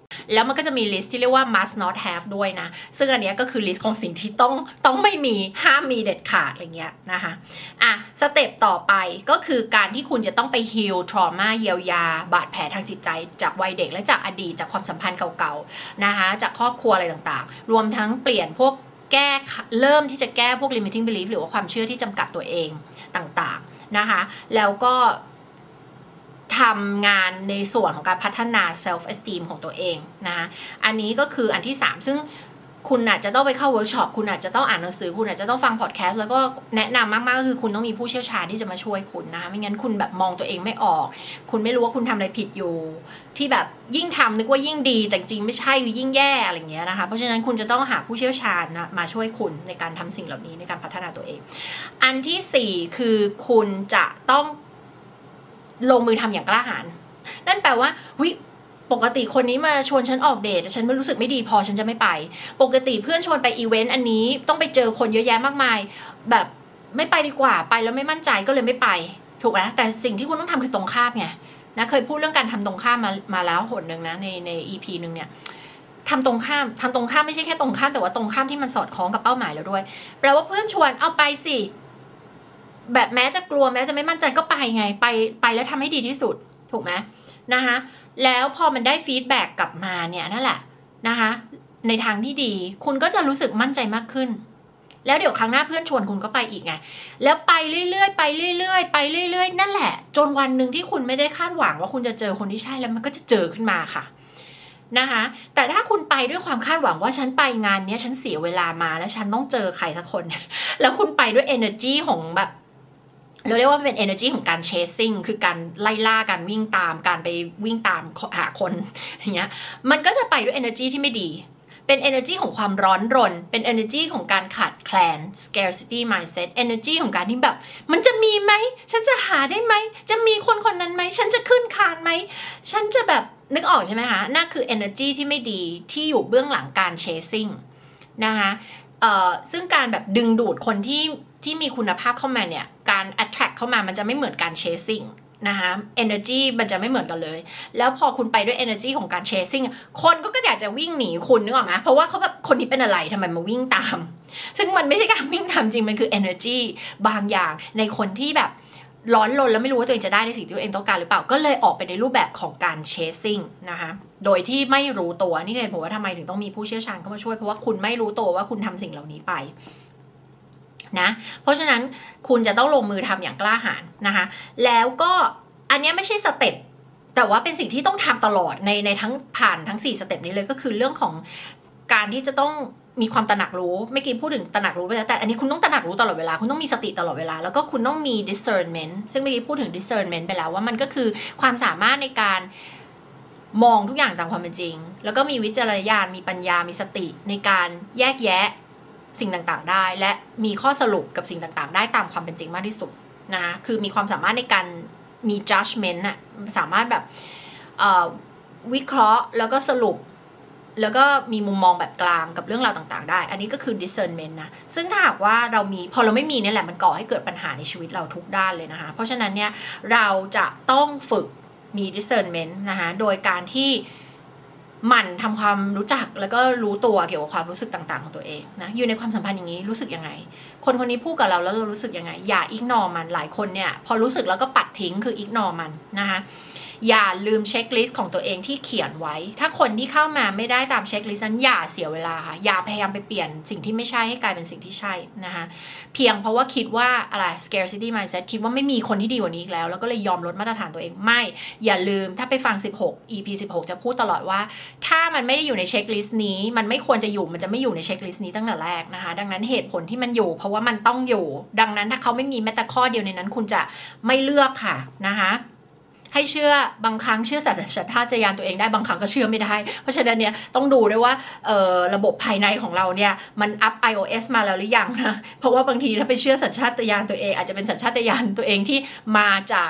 แล้วมันก็จะมีลิสต์ที่เรียกว่า must not have ด้วยนะซึ่งอันนี้ก็คือลิสต์ของสิ่งที่ต้องต้องไม่มีห้ามมีเด็ดขาดอะไรเงี้ยนะคะอ่ะสเต็ปต่อไปก็คือการที่คุณจะต้องไป heal trauma เยียวยาบาดแผลทางจิตใจจากวัยเด็กและจากอดีตจากความสัมพันธ์เก่าๆนะคะจากครอบครัวอะไรต่างๆรวมทั้งเปลี่ยนพวกแก้เริ่มที่จะแก้พวก limiting belief หรือว่าความเชื่อที่จำกัดตัวเองต่างๆนะคะแล้วก็ทำงานในส่วนของการพัฒนา self esteem ของตัวเองนะคะอันนี้ก็คืออันที่สามซึ่งคุณอาจจะต้องไปเข้าเวิร์กช็อปคุณอาจจะต้องอ่านหนังสือคุณอาจจะต้องฟังพอดแคสต์แล้วก็แนะนำมากๆก็คือคุณต้องมีผู้เชี่ยวชาญที่จะมาช่วยคุณนะคะไม่งั้นคุณแบบมองตัวเองไม่ออกคุณไม่รู้ว่าคุณทำอะไรผิดอยู่ที่แบบยิ่งทำนึกว่ายิ่งดีแต่จริงไม่ใช่คือยิ่งแย่อะไรเงี้ยนะคะเพราะฉะนั้นคุณจะต้องหาผู้เชี่ยวชาญนะมาช่วยคุณในการทำสิ่งเหล่านี้ในการพัฒนาตัวเองอันที่สี่คือคุณจะต้องลงมือทำอย่างกล้าหาญนั่นแปลว่าวิปกติคนนี้มาชวนฉันออกเดทฉันไม่รู้สึกไม่ดีพอฉันจะไม่ไปปกติเพื่อนชวนไปอีเวนต์อันนี้ต้องไปเจอคนเยอะแยะมากมายแบบไม่ไปดีกว่าไปแล้วไม่มั่นใจก็เลยไม่ไปถูกไหมแต่สิ่งที่คุณต้องทำคือตรงข้ามไงนะเคยพูดเรื่องการทำตรงข้ามมามาแล้วหนหนึ่งนะในใน อี พี นึงเนี่ยทำตรงข้ามทำตรงข้ามไม่ใช่แค่ตรงข้ามแต่ว่าตรงข้ามที่มันสอดคล้องกับเป้าหมายเราด้วยแปลว่าเพื่อนชวนเอาไปสิแบบแม้จะกลัวแม้จะไม่มั่นใจก็ไปไงไปไปแล้วทำให้ดีที่สุดถูกไหมนะคะแล้วพอมันได้ฟีดแบ็กกลับมาเนี่ยนั่นแหละนะคะในทางที่ดีคุณก็จะรู้สึกมั่นใจมากขึ้นแล้วเดี๋ยวครั้งหน้าเพื่อนชวนคุณก็ไปอีกไงแล้วไปเรื่อยๆไปเรื่อยๆไปเรื่อยๆนั่นแหละจนวันหนึ่งที่คุณไม่ได้คาดหวังว่าคุณจะเจอคนที่ใช่แล้วมันก็จะเจอขึ้นมาค่ะนะคะแต่ถ้าคุณไปด้วยความคาดหวังว่าฉันไปงานนี้ฉันเสียเวลามาแล้วฉันต้องเจอใครสักคนแล้วคุณไปด้วย energy ของแบบเราเรียกว่าเป็น energy ของการ chasing คือการไล่ล่าการวิ่งตามการไปวิ่งตามหาคนอย่างเงี้ยมันก็จะไปด้วย energy ที่ไม่ดีเป็น energy ของความร้อนรนเป็น energy ของการขาดแคลน scarcity mindset energy ของการที่แบบมันจะมีไหมฉันจะหาได้ไหมจะมีคนคนนั้นไหมฉันจะขึ้นคานไหมฉันจะแบบนึกออกใช่ไหมคะนั่นคือ energy ที่ไม่ดีที่อยู่เบื้องหลังการ chasing นะคะเอ่อซึ่งการแบบดึงดูดคนที่ที่มีคุณภาพเข้ามาเนี่ยการ attract เข้ามามันจะไม่เหมือนการ chasing นะคะ energy มันจะไม่เหมือนกันเลยแล้วพอคุณไปด้วย energy ของการ chasing คนก็อยากจะวิ่งหนีคุณนึกออกไหมเพราะว่าเขาแบบคนนี้เป็นอะไรทำไมมาวิ่งตามซึ่งมันไม่ใช่การวิ่งตามจริงมันคือ energy บางอย่างในคนที่แบบร้อนรนแล้วไม่รู้ว่าตัวเองจะได้ในสิ่งที่ตัวเองต้องการหรือเปล่าก็เลยออกไปในรูปแบบของการ chasing นะคะโดยที่ไม่รู้ตัวนี่เหตุผลว่าทำไมถึงต้องมีผู้เชี่ยวชาญเข้ามาช่วยเพราะว่าคุณไม่รู้ตัวว่าคุณทำสิ่งเหล่านี้ไปนะเพราะฉะนั้นคุณจะต้องลงมือทำอย่างกล้าหาญนะคะแล้วก็อันนี้ไม่ใช่สเต็ปแต่ว่าเป็นสิ่งที่ต้องทำตลอดในในทั้งผ่านทั้งสี่สเต็ปนี้เลยก็คือเรื่องของการที่จะต้องมีความตระหนักรู้ไม่กี่พูดถึงตระหนักรู้ไปแล้วแต่อันนี้คุณต้องตระหนักรู้ตลอดเวลาคุณต้องมีสติตลอดเวลาแล้วก็คุณต้องมี discernment ซึ่งเมื่อกี้พูดถึง discernment ไปแล้วว่ามันก็คือความสามารถในการมองทุกอย่างตามความเป็นจริงแล้วก็มีวิจารณญาณมีปัญญามีสติในการแยกแยะสิ่งต่างๆได้และมีข้อสรุปกับสิ่งต่างๆได้ตามความเป็นจริงมากที่สุดนะคะคือมีความสามารถในการมี judgment น่ะสามารถแบบวิเคราะห์แล้วก็สรุปแล้วก็มีมุมมองแบบกลางกับเรื่องราวต่างๆได้อันนี้ก็คือ discernment นะซึ่งถ้าหากว่าเรามีพอเราไม่มีเนี่ยแหละมันก่อให้เกิดปัญหาในชีวิตเราทุกด้านเลยนะคะเพราะฉะนั้นเนี่ยเราจะต้องฝึกมี discernment นะคะโดยการที่หมั่นทำความรู้จักแล้วก็รู้ตัวเกี่ยวกับความรู้สึกต่างๆของตัวเองนะอยู่ในความสัมพันธ์อย่างนี้รู้สึกยังไงคนคนนี้พูดกับเราแล้วเรารู้สึกยังไงอย่าอิกนอร์มันหลายคนเนี่ยพอรู้สึกแล้วก็ปัดทิ้งคืออิกนอร์มันนะคะอย่าลืมเช็คลิสต์ของตัวเองที่เขียนไว้ถ้าคนที่เข้ามาไม่ได้ตามเช็คลิสต์นั้นอย่าเสียเวลาค่ะอย่าพยายามไปเปลี่ยนสิ่งที่ไม่ใช่ให้กลายเป็นสิ่งที่ใช่นะคะเพียงเพราะว่าคิดว่าอะไร scarcity mindset คิดว่าไม่มีคนที่ดีกว่านี้อีกแล้วแล้วก็เลยยอมลดมาตรฐานตัวเองไม่อย่าลืมถ้าไปฟังสิบหก อี พี สิบหกจะพูดตลอดว่าถ้ามันไม่ได้อยู่ในเช็คลิสต์นี้มันไม่ควรจะอยู่มันจะไม่อยู่ในเช็คลิสต์นี้ตั้งแต่แรกนะคะดังนั้นเหตุผลที่มันอยู่เพราะว่ามันต้องอยู่ดังนั้นถ้าเขาไม่มีแม้แต่ข้อเดียวในนั้นคุณจะไม่เลือกค่ะนะคะให้เชื่อบางครั้งเชื่อสัญชาตญาณตัวเองได้บางครั้งก็เชื่อไม่ได้เพราะฉะนั้นเนี่ยต้องดูด้วยว่าเอ่อระบบภายในของเราเนี่ยมันอัพ iOS มาแล้วหรือยังนะเพราะว่าบางทีถ้าไปเชื่อสัญชาตญาณตัวเองอาจจะเป็นสัญชาตญาณตัวเองที่มาจาก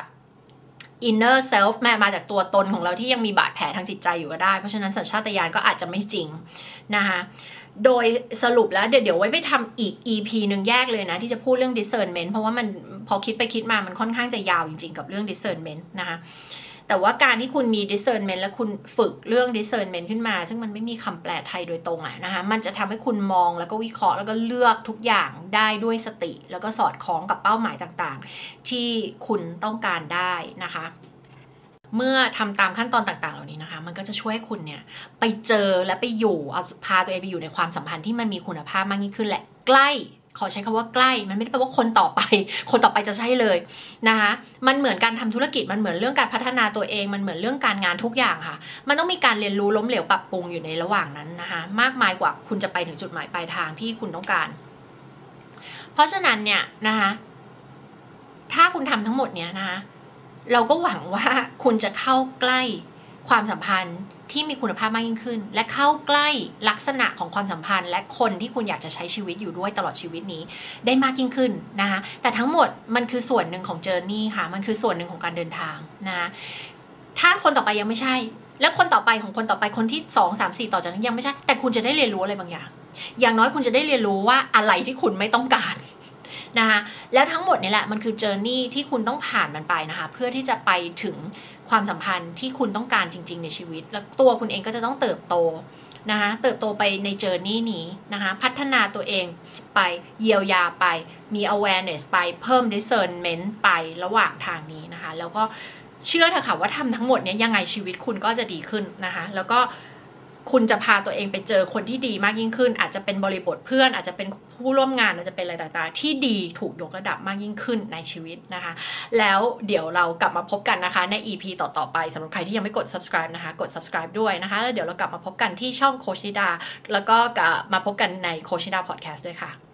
inner self แม่มาจากตัวตนของเราที่ยังมีบาดแผลทางจิตใจอยู่ก็ได้เพราะฉะนั้นสัญชาตญาณก็อาจจะไม่จริงนะคะโดยสรุปแล้วเดี๋ยวเดี๋ยวไว้ไปทำอีก อี พี หนึ่งแยกเลยนะที่จะพูดเรื่อง discernment เพราะว่ามันพอคิดไปคิดมามันค่อนข้างจะยาวจริงๆกับเรื่อง discernment นะคะแต่ว่าการที่คุณมี discernment และคุณฝึกเรื่อง discernment ขึ้นมาซึ่งมันไม่มีคำแปลไทยโดยตรงอะนะคะมันจะทำให้คุณมองแล้วก็วิเคราะห์แล้วก็เลือกทุกอย่างได้ด้วยสติแล้วก็สอดคล้องกับเป้าหมายต่างๆที่คุณต้องการได้นะคะเมื่อทำตามขั้นตอนต่างๆเหล่านี้นะคะมันก็จะช่วยให้คุณเนี่ยไปเจอและไปอยู่เอาพาตัวเองไปอยู่ในความสัมพันธ์ที่มันมีคุณภาพมากยิ่งขึ้นและใกล้ขอใช้คำว่าใกล้มันไม่ได้แปลว่าคนต่อไปคนต่อไปจะใช่เลยนะคะมันเหมือนการทำธุรกิจมันเหมือนเรื่องการพัฒนาตัวเองมันเหมือนเรื่องการงานทุกอย่างค่ะมันต้องมีการเรียนรู้ล้มเหลวปรับปรุงอยู่ในระหว่างนั้นนะคะมากมายกว่าคุณจะไปถึงจุดหมายปลายทางที่คุณต้องการเพราะฉะนั้นเนี่ยนะคะถ้าคุณทำทั้งหมดเนี้ยนะคะเราก็หวังว่าคุณจะเข้าใกล้ความสัมพันธ์ที่มีคุณภาพมากยิ่งขึ้นและเข้าใกล้ลักษณะของความสัมพันธ์และคนที่คุณอยากจะใช้ชีวิตอยู่ด้วยตลอดชีวิตนี้ได้มากยิ่งขึ้นนะคะแต่ทั้งหมดมันคือส่วนหนึ่งของเจอร์นี่ค่ะมันคือส่วนหนึ่งของการเดินทางนะถ้าคนต่อไปยังไม่ใช่และคนต่อไปของคนต่อไปคนที่สอง สาม สี่ต่อจากนั้นยังไม่ใช่แต่คุณจะได้เรียนรู้อะไรบางอย่างอย่างน้อยคุณจะได้เรียนรู้ว่าอะไรที่คุณไม่ต้องการนะคะแล้วทั้งหมดนี่แหละมันคือเจอร์นี่ที่คุณต้องผ่านมันไปนะคะเพื่อที่จะไปถึงความสัมพันธ์ที่คุณต้องการจริงๆในชีวิตแล้วตัวคุณเองก็จะต้องเติบโตนะคะเติบโตไปในเจอร์นี่นี้นะคะพัฒนาตัวเองไปเยียวยาไปมี awareness ไปเพิ่ม discernment ไประหว่างทางนี้นะคะแล้วก็เชื่อเถอะค่ะว่าทำทั้งหมดนี้ยังไงชีวิตคุณก็จะดีขึ้นนะคะแล้วก็คุณจะพาตัวเองไปเจอคนที่ดีมากยิ่งขึ้นอาจจะเป็นบริบทเพื่อนอาจจะเป็นผู้ร่วมงานอาจจะเป็นอะไรต่างๆที่ดีถูกยกระดับมากยิ่งขึ้นในชีวิตนะคะแล้วเดี๋ยวเรากลับมาพบกันนะคะใน อี พี ต่อๆไปสำหรับใครที่ยังไม่กด subscribe นะคะกด subscribe ด้วยนะคะแล้วเดี๋ยวเรากลับมาพบกันที่ช่องโคชนิดาแล้วก็มาพบกันในโคชนิดา podcast ด้วยค่ะ